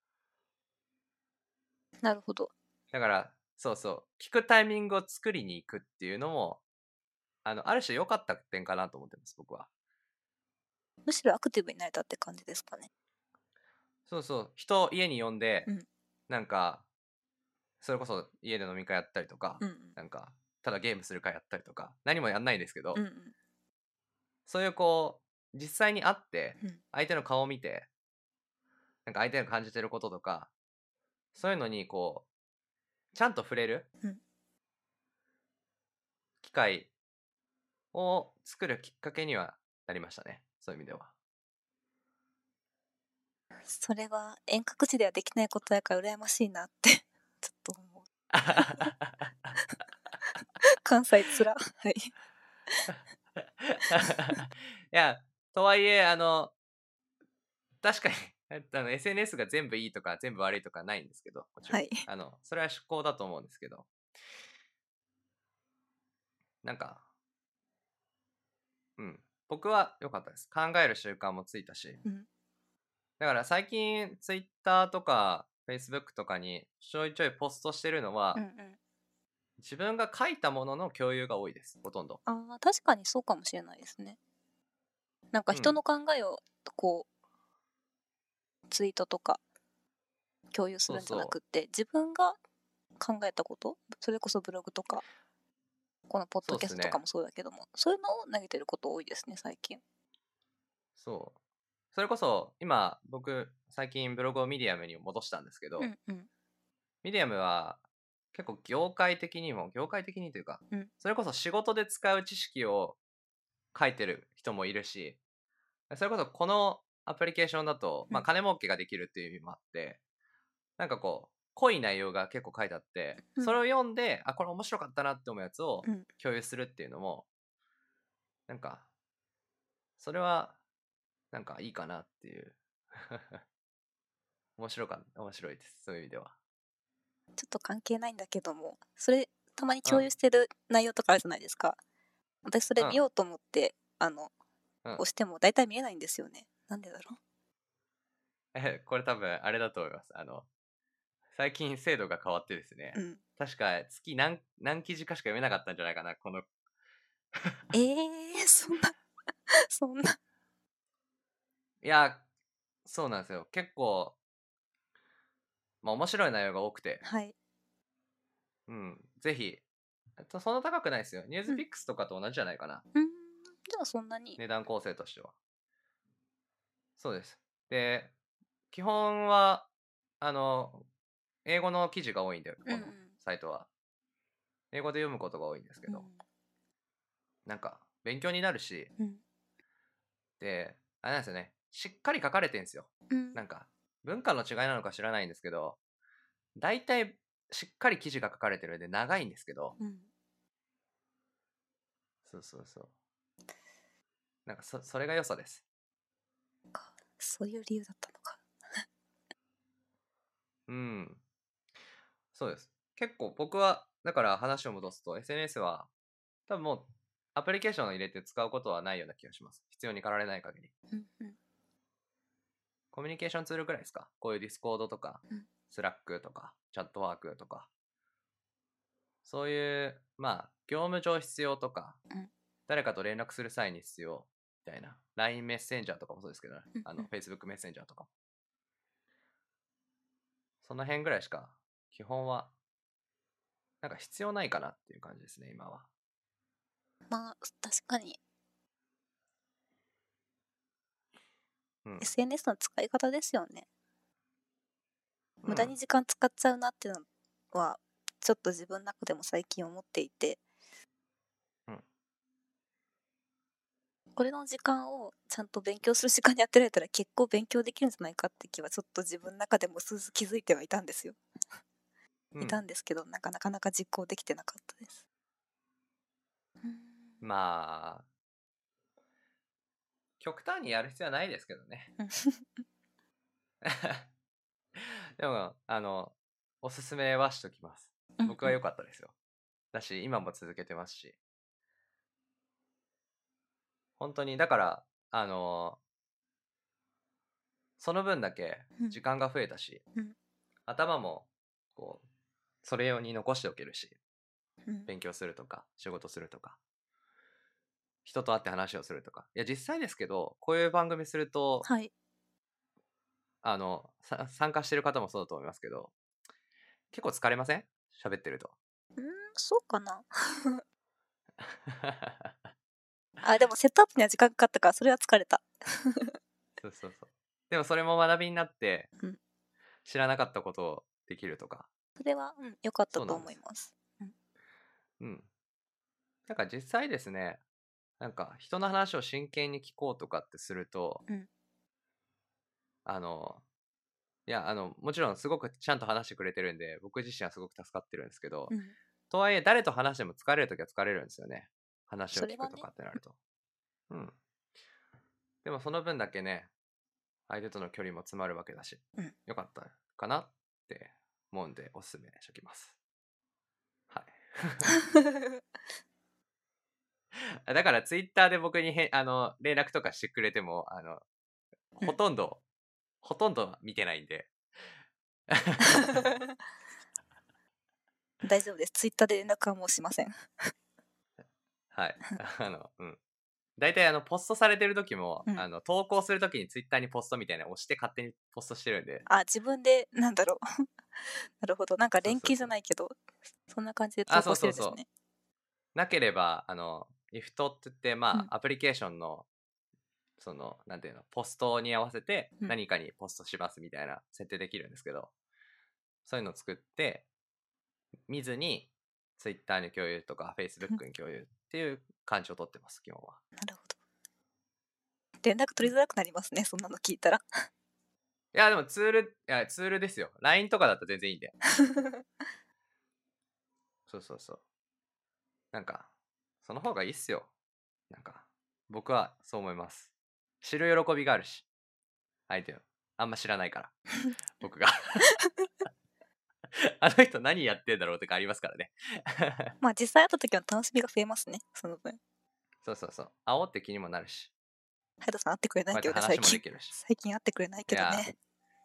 なるほど。 だから、そうそう、聞くタイミングを作りに行くっていうのも、ある種良かった点かなと思ってます、僕は。 むしろアクティブになれたって感じですかね。 そうそう、人を家に呼んで、 うんなんか、それこそ家で飲み会やったりとか、 うんなんか、ただゲームする会やったりとか、何もやんないですけど、 うんうんそういうこう、実際に会って、 うん相手の顔を見て、なんか相手が感じてることとか、そういうのにこう、ちゃんと触れるうん機会を作るきっかけにはなりましたね。そういう意味では。 それは遠隔地ではできないことやから羨ましいなってちょっと思う。関西つら。はい。 いや、とはいえ、確かに、 SNS が全部いいとか全部悪いとかないんですけど、もちろん。 はい。 それは趣向だと思うんですけど、なんか、僕は良かったです。考える習慣もついたし。 うん。 だから最近、Twitter とか Facebook とかにちょいちょいポストしてるのは、 うんうん。 自分が書いたものの共有が多いです、ほとんど。 ああ、確かにそうかもしれないですね。なんか人の考えをこうツイートとか共有するんじゃなそうそくって自分が考えたこと、それこそブログとかこのポッそうっすね。 ドキャストとかもそうだけども、そういうのを投げてること多いですね最近。 そう。それこそ、今、僕、最近ブログをミディアムに戻したんですけど、 うんうんミディアムは結構業界的にというか、 うんそれこそ仕事で使う知識を書いてる人もいるし、それこそこのアプリケーションだと、 うん金儲けができるっていう意味もあって、なんかこう、濃い内容が結構書いてあって、 うんそれを読んで、これ面白かったなって思うやつをうん。 共有するっていうのも、なんか、それは、なんかいいかなっていう。面白いです。そういう意味では。 ちょっと関係ないんだけども、それたまにうん、 共有してる内容とかあるじゃないですか。私それうん、 見ようと思ってうん。 押しても大体見えないんですよね。なんでだろこれ多分あれだと思います。最近制度が変わってですね、 う。うん。 確か月何記事かしか読めなかったんじゃないかな、この。 そんなそんな。 いや、そうなんですよ。結構、面白い内容が多くて、 はい。 ぜひ、そんな高くないですよ。ニューうん。 スピックスとかと同じじゃないかな。 じゃあそんなに。 値段構成としては。そうです。で、基本は、英語の記事が多いんで、 うんうんこのサイトは。英語で読むことが多いんですけうんど、なんか、勉強になるし、 うんで、あれなんですよね。しっかり書かれてるんですよ。 うんなんか、文化の違いなのか知らないんですけど、大体、しっかり記事が書かれてるんで長いんですけど、 うん。 そうそうそう。なんかそれが良さです。 そういう理由だったのか。 うん。そうです。結構僕は、だから話を戻すと、SNS は、多分もう、アプリケーションを入れて使うことはないような気がします。必要に駆られない限り。 うんうんコミュニケーションツールくらいですか。こういうディスコードとか、 うんスラックとか、チャットワークとか、そういう、業務上必要とか、 うん誰かと連絡する際に必要みたいな。LINE メッセンジャーとかもそうですけどね。 うんうん。 Facebook メッセンジャーとかも。その辺ぐらいしか、基本は、なんか必要ないかなっていう感じですね、今は。 まあ確かにうん。 SNS の使い方ですよね。 うん。 無駄に時間使っちゃうなっていうのはちょっと自分の中でも最近思っていて、 うん。 これの時間をちゃんと勉強する時間に当てられたら結構勉強できるんじゃないかって気はちょっと自分の中でもすず気づいてはいたんですよ。いたうん。 んですけど、なかなか実行できてなかったです。 まあ、極端にやる必要はないですけどね。 うんでも、おすすめはしときます。 うん僕は良かったですよ。だし、今も続けてますし。本当に、だから、その分だけうん時間が増えたし、 うん頭も、こう、それ用に残しておけるし、 うん勉強するとか、仕事するとか、人と会って話をするとか。いや、実際ですけど、こういう番組すると、 はい。 参加してる方もそうだと思いますけど、結構疲れません？喋ってると。 そうかな。でもセットアップには時間かかったからそれは疲れた。 そうそうそう。でもそれも学びになって、 うん知らなかったことをできるとか。 それは良かったとそうなんです。 思います。 うん。なんか実際ですね、なんか人の話を真剣に聞こうとかってすると、 うんあの、いや、もちろんすごくちゃんと話してくれてるんで、僕自身はすごく助かってるんですけど、 うんとはいえ誰と話しても疲れるときは疲れるんですよね。話をそれはね。 聞くとかってなると。うん。でもその分だけね、 相手との距離も詰まるわけだし、 うんよかったかなって思うんでおすすめしときます。はい。だからツイッターで僕に連絡とかしてくれてもうんほとんど見てないんで大丈夫です。ツイッターで連絡はもうしません。 はい大体ポストされてる時も、 うん、 投稿する時にツイッターにポストみたいなのを押して勝手にポストしてるんで。 あ、自分でなんだろうなるほど。なんか連携じそうそうそう。 ゃないけど、そんな感じであ、 投稿そうそうそしてるんですね。 う。なければIFT って言ってうんアプリケーションのそのなんていうのポストに合わせてうん何かにポストしますみたいな設定できるんですけど、そういうのを作って見ずに Twitter に共有とか Facebook に共有っていう感じを取ってます基本は。 なるほど。連絡取りづらくなりますね、そんなの聞いたら。 いやでもツールですよ。 LINE とかだったら全然いいんで。そうそうそう。なんかその方がいいっすよ。なんか僕はそう思います。知る喜びがあるし、相手をあんま知らないから僕があの人何やってんだろうとかありますからねまあ実際会った時は楽しみが増えますね、その分。 そうそうそう、会おうって気にもなるし、 ハヤトさん会ってくれないけどね、 こうやって話最近。 もできるし。 最近会ってくれないけどいやね。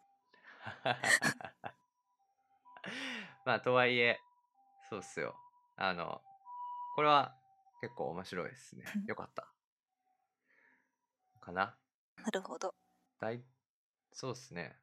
まあとはいえそうっすよ。これは結構面白いですね。よかったかな。 なるほど。 そうっすね。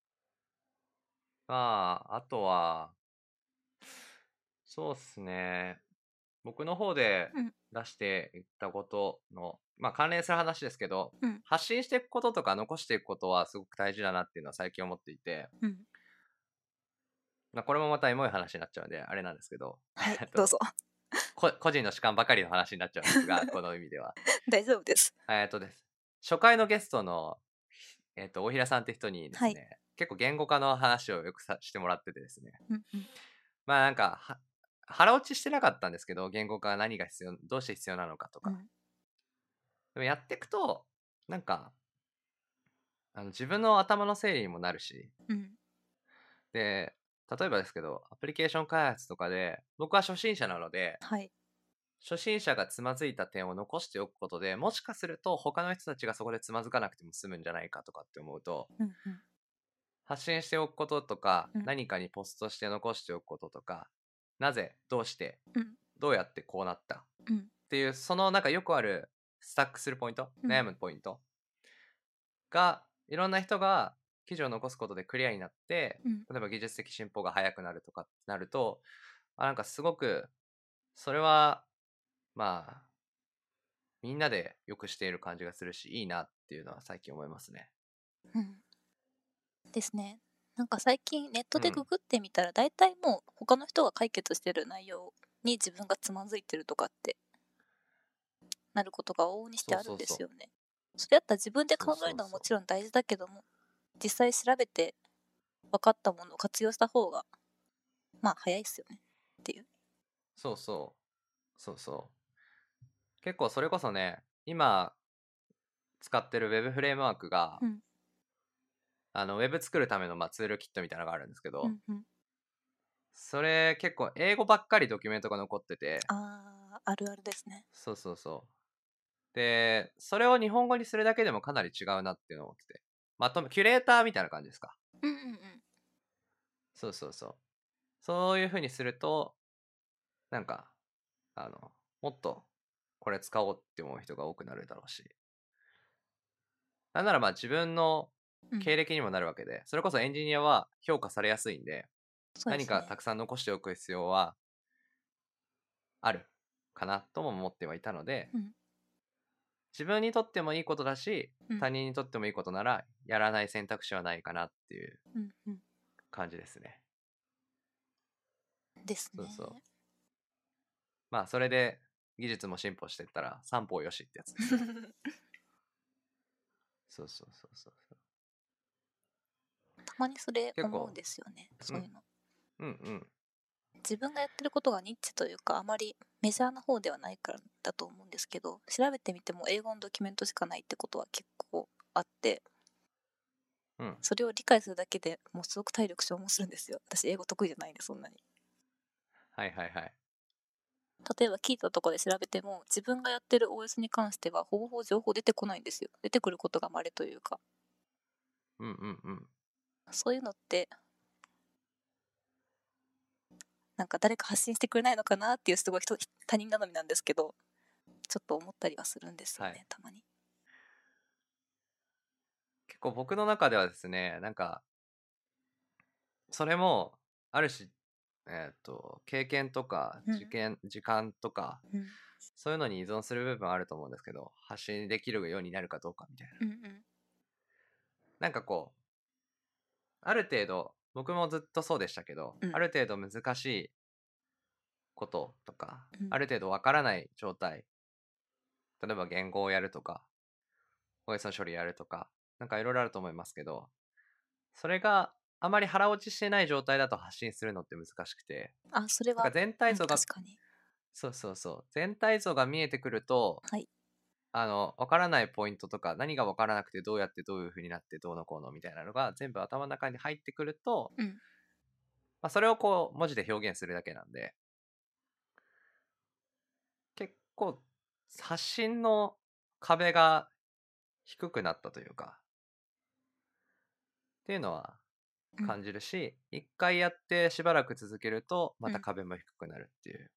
まああとはそうっすね、僕の方でうん出していったことの、まあ関連する話ですけど、 うん発信していくこととか残していくことはすごく大事だなっていうのは最近思っていて、 うんまあ、これもまたエモい話になっちゃうんであれなんですけど、 はい、どうぞ。 個人の主観ばかりの話になっちゃうんですが、この意味では。 大丈夫です。 です。初回のゲストの、大平さんって人にではい。 すね、結構言語化の話をよくしてもらっててですね、 うんうんまあなんか腹落ちしてなかったんですけど、言語化が何がどうして必要なのかとか。 うんでもやっていくと、なんか、自分の頭の整理にもなるし、 うんで、例えばですけど、アプリケーション開発とかで、僕は初心者なので、 はい。 初心者がつまずいた点を残しておくことで、もしかすると他の人たちがそこでつまずかなくても済むんじゃないかとかって思うと、 うんうん発信しておくこととか、 うん何かにポストして残しておくこととか、なぜ、どうして、 うんどうやってこうなったっうんていう、そのなんかよくあるスタックするポイント、 うん悩むポイントが、いろんな人が記事を残すことでクリアになって、 うん例えば技術的進歩が早くなるとかってなると、なんかすごく、それは、まあ、みんなでよくしている感じがするし、いいなっていうのは最近思いますね。 うんですね。なんか最近ネットでグうん。 グってみたら大体もう他の人が解決してる内容に自分がつまずいてるとかってなることが往々にしてあるんそうそうそう。 ですよね。それやったら自分でそう考えるのはそうそう。 もちろん大事だけども、実際調べて分かったものを活用した方がまあ早いっすよねっていう。 そうそう。そうそう。結構それこそね、今使ってる Web フレームワークが、 うん Web 作るための、ツールキットみたいなのがあるんですけど、 うんうん。 それ結構英語ばっかりドキュメントが残ってて、 ああ、あるあるですね。 そうそうそう。で、それを日本語にするだけでもかなり違うなっていうのを思ってて。キュレーターみたいな感じですか。 うんうんうん。 そうそうそう。そういう風にすると、なんか、もっとこれ使おうって思う人が多くなるだろうし。なんなら自分のうん経歴にもなるわけで、それこそエンジニアは評価されやすいんで、何そうですね。 かたくさん残しておく必要はあるかなとも思ってはいたので、 うん自分にとってもいいことだし、 うん他人にとってもいいことなら、やらない選択肢はないかなっていううんうん感じですね。 ですね。 そうそう。それで技術も進歩していったら三方よしってやつですね。そうそうそうそうそう。 たまにそれ結構、 思うんですよね。 うん、 そういうの。 うんうん。 自分がやってることがニッチというかあまりメジャーな方ではないからだと思うんですけど、調べてみても英語のドキュメントしかないってことは結構あって、 うん。 それを理解するだけでもうすごく体力消耗するんですよ。私英語得意じゃないんで、そんなに。 はいはいはい。 例えば聞いたところで調べても、自分がやってる OS に関してはほぼほぼ情報出てこないんですよ。出てくることが稀というか。 うんうんうん。 そういうのってなんか誰か発信してくれないのかなっていうすごい他人頼みなんですけど、ちょっと思ったりはするんですよはい。 ね、たまに。 結構僕の中ではですね、なんか、それも、ある種、経験とか、 うん時間とか、 うんそういうのに依存する部分はあると思うんですけど、発信できるようになるかどうかみたいな。 うんうんなんかこう、ある程度、僕もずっとそうでしたけど、 うんある程度難しいこととか、 うんある程度わからない状態、例えば言語をやるとか、OS の処理やるとか、なんかいろいろあると思いますけど、それがあまり腹落ちしてない状態だと発信するのって難しくて、 あ、それは、 なんか全体像が、 確かに。 そうそうそう、全体像が見えてくると、 はい。 わからないポイントとか、何がわからなくてどうやってどういう風になってどうのこうのみたいなのが全部頭の中に入ってくると、 うんまあ、それをこう文字で表現するだけなんで、結構発信の壁が低くなったというか、っていうのはうん感じるし、一回やってしばらく続けると、またうん壁も低くなるっていう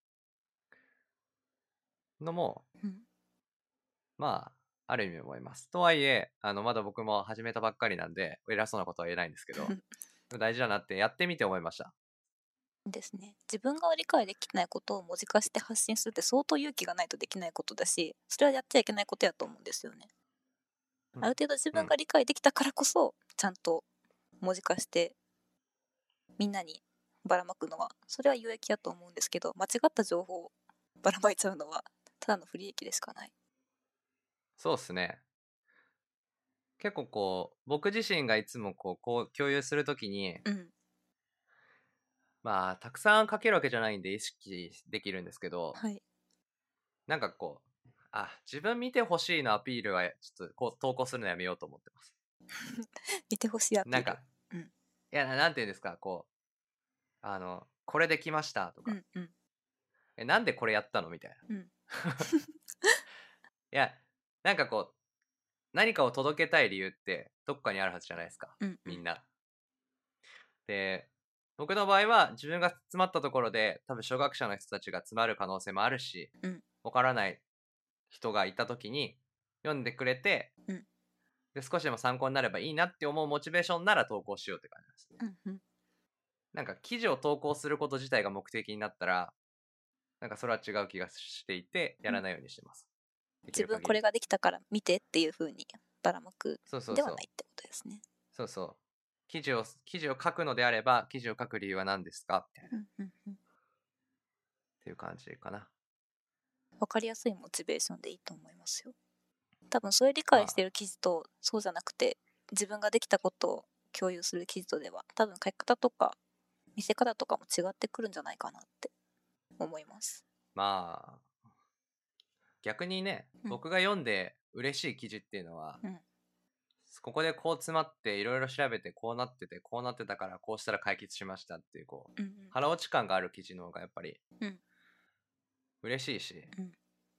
のも、 うんまあ、ある意味思います。とはいえ、まだ僕も始めたばっかりなんで、偉そうなことは言えないんですけど、大事だなってやってみて思いました。 ですね。自分が理解できないことを文字化して発信するって相当勇気がないとできないことだし、それはやっちゃいけないことやと思うんですよね。 うん。 ある程度自うん。 分が理解できたからこそ、ちゃんと文字化してみんなにばらまくのは、それは有益やと思うんですけど、間違った情報をばらまいちゃうのは、ただの不利益でしかない。 そうっすね。結構こう、僕自身がいつもこう共有するときに、 うん。 まあ、たくさん書けるわけじゃないんで意識できるんですけど、 はい。 なんかこう、自分見てほしいのアピールは、ちょっとこう投稿するのやめようと思ってます。 見てほしいアピール。 なんか、 うん。 いや、なんていうんですか、こう、これできましたとか、 うんうんなんでこれやったのみたいな。 うん。 いや、なんかこう、何かを届けたい理由ってどっかにあるはずじゃないですか。 うんうん。 みんな。で、僕の場合は自分が詰まったところで多分初学者の人たちが詰まる可能性もあるし、 うん。 わからない人がいた時に読んでくれて、 うん。 で少しでも参考になればいいなって思うモチベーションなら投稿しようって感じなんですね。 うんうん。 なんか記事を投稿すること自体が目的になったら、なんかそれは違う気がしていて、やらないようにしてます。でき自る限り。 分これができたから見てっていう風にばらまくそうそうそう。 ではないってことですね。 そうそう。記事を書くのであれば、記事を書く理由は何ですかみたいな。っうんうんうん。 ていう感じかな。 わかりやすいモチベーションでいいと思いますよ。多分それ理まあ、 解してる記事とそうじゃなくて自分ができたことを共有する記事とでは多分書き方とか見せ方とかも違ってくるんじゃないかなって思います。 まあ、逆にね、 うん僕が読んで嬉しい記事っていうのは、 うんここでこう詰まっていろいろ調べてこうなってて、こうなってたからこうしたら解決しましたっていうこう、 うん腹落ち感がある記事の方がやっぱりうん嬉しいし、 うん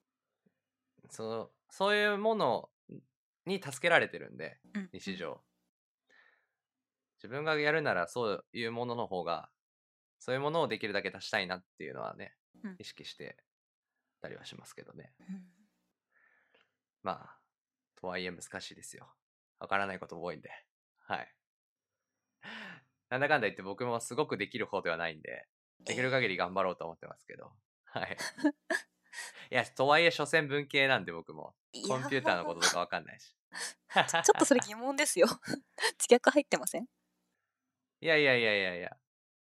そういうものに助けられてるんで、 うん日常。自分がやるならそういうものの方が、そういうものをできるだけ出したいなっていうのはね、 うん意識してたりはしますけどね。 うんまあ、とはいえ難しいですよ。わからないことも多いんで。はい。なんだかんだ言って僕もすごくできる方ではないんで、できる限り頑張ろうと思ってますけど。はい。いや、とはいえ、所詮文系なんで僕も。 いやコンピューターのこととかわかんないし。 ちょっとそれ疑問ですよ。自虐入ってません？ いやいやいやいやいや。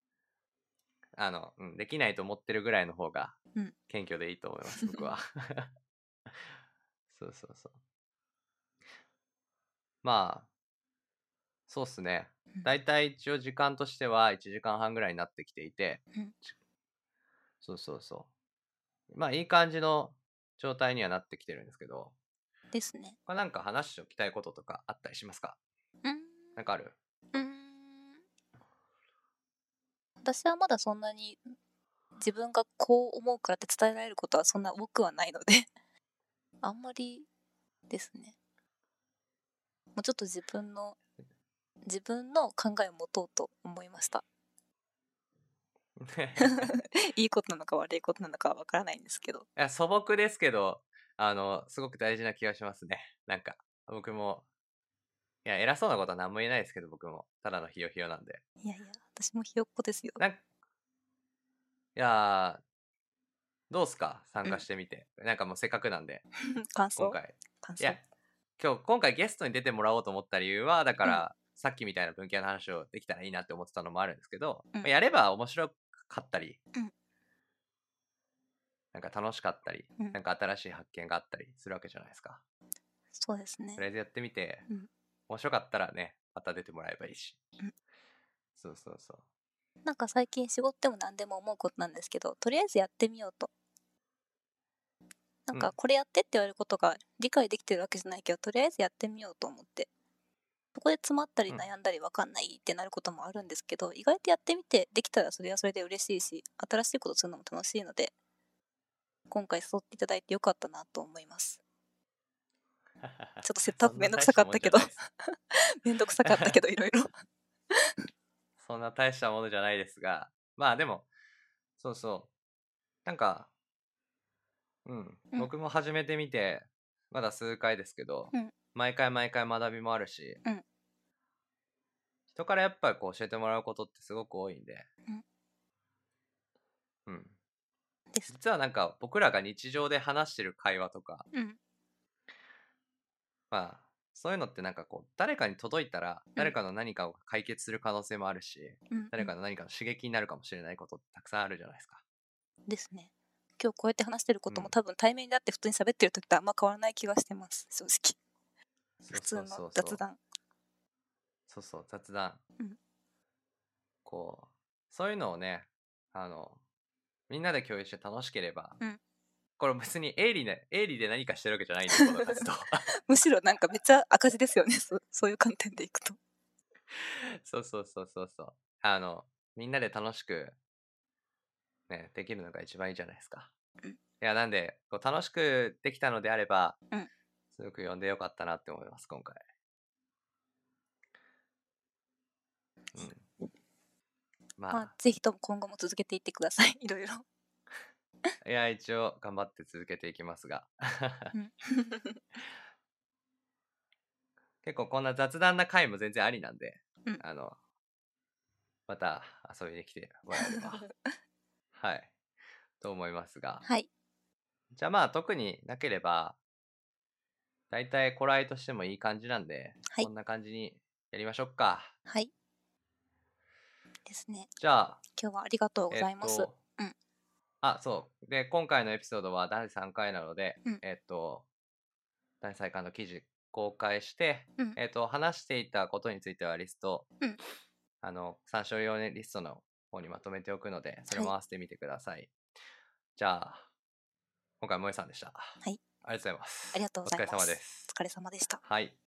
できないと思ってるぐらいの方がうん謙虚でいいと思います、僕は。そうそうそう。まあ、そうっすね。だいたい一応時間としては1時間半ぐらいになってきていて、 うんそうそうそう。まあ、いい感じの状態にはなってきてるんですけど、 ですね。 なんか話しておきたいこととかあったりしますか？ うんなんかある？ うーん。私はまだそんなに自分がこう思うからって伝えられることはそんな多くはないのであんまりですね。もうちょっと自分の考えを持とうと思いました。いいことなのか悪いことなのかはわからないんですけど。 いや、素朴ですけど、すごく大事な気がしますね。なんか、僕も、いや、偉そうなことは何も言えないですけど、僕も、ただのひよひよなんで。 いやいや、私もひよっこですよ。 いやー、どうすか参うん。 加してみて。なんかもうせっかくなんで、 感想今回。いや、 感想。 今回ゲストに出てもらおうと思った理由は、だかうん。 ら、さっきみたいな文系の話をできたらいいなって思ってたのもあるんですけど、 うん。 やれば面白かったり、 うん。 なんか楽しかったり、 うん。 なんか新しい発見があったりするわけじゃないですか。 そうですね。 とりあえずやってみて、 うん。 面白かったらね、また出てもらえばいいし。 うん。 そうそうそう。 なんか最近仕事でも何でも思うことなんですけど、とりあえずやってみようと。なんうん。 かこれやってって言われることが理解できてるわけじゃないけど、とりあえずやってみようと思って。そこで詰まったりうん。 悩んだり分かんないってなることもあるんですけど、意外とやってみてできたらそれはそれで嬉しいし、新しいことするのも楽しいので、今回誘っていただいてよかったなと思います。ちょっとセットアッそんなプめんどくさ大したもかったけどんじゃないです。 めんどくさかったけどいろいろそんな大したものじゃないですが、まあでも、そうそう。なんか、うん。 うん。 僕も始めてみて、まだ数回ですけど、 うん。 毎回毎回学びもあるし、 うん。 人からやっぱりこう教えてもらうことってすごく多いんで、 うん。 うん。 です。 実はなんか僕らが日常で話してる会話とか、 うん。 まあ、そういうのってなんかこう、誰かに届いたら、 うん。 誰かの何かを解決する可能性もあるし、 うん。うん。 誰かの何かの刺激になるかもしれないことってたくさんあるじゃないですか。 ですね。今日こうやって話してるこうん。 とも多分対面であって普通に喋ってる時とあんま変わらない気がしてます。正直。 そうそう普通のそうそう。 雑談。 そうそう、雑談。 うん。 こう、そういうのをね、あの、みんなで共有して楽しければ、 うん。 これ別に営利で何かしてるわけじゃないんで、この活動は。 むしろなんかめっちゃ赤字ですよね。そういう観点でいくと。 そうそうそうそうそう。みんなで楽しくね、できるのが一番いいじゃないですか。 うん。 いや、なんで、こう楽しくできたのであれば、 うん。 すごく呼んでよかったなって思います、今回。うん。 まあ、 まぜひとも今後も続けていってください。いろいろ。 あ、いや、一応頑張って続けていきますが。 うん。 結構こんな雑談な回も全然ありなんで、 うん。 あの、また遊びに来てもらえれば、はい、と思いますが。 はい。 じゃあまあ特になければ、だいたい頃合いとしてもいい感じなんで、 はい。 こんな感じにやりましょうか。 はい。ですね。 じゃあ、 今日はありがとうございます。 そう。で、今回のエピソードは第3回なので、 うん。 第3回の記事公開して、 うん。 話していたことについてはリスト、 うん。 参照用リストの方にまとめておくので、それはい。 も合わせてみてください。じゃあ、今回、萌さんでした。 はい。 ありがとうございまありす。 がとうごお疲れ様でざいます。 す。 お疲れ様でした。 はい。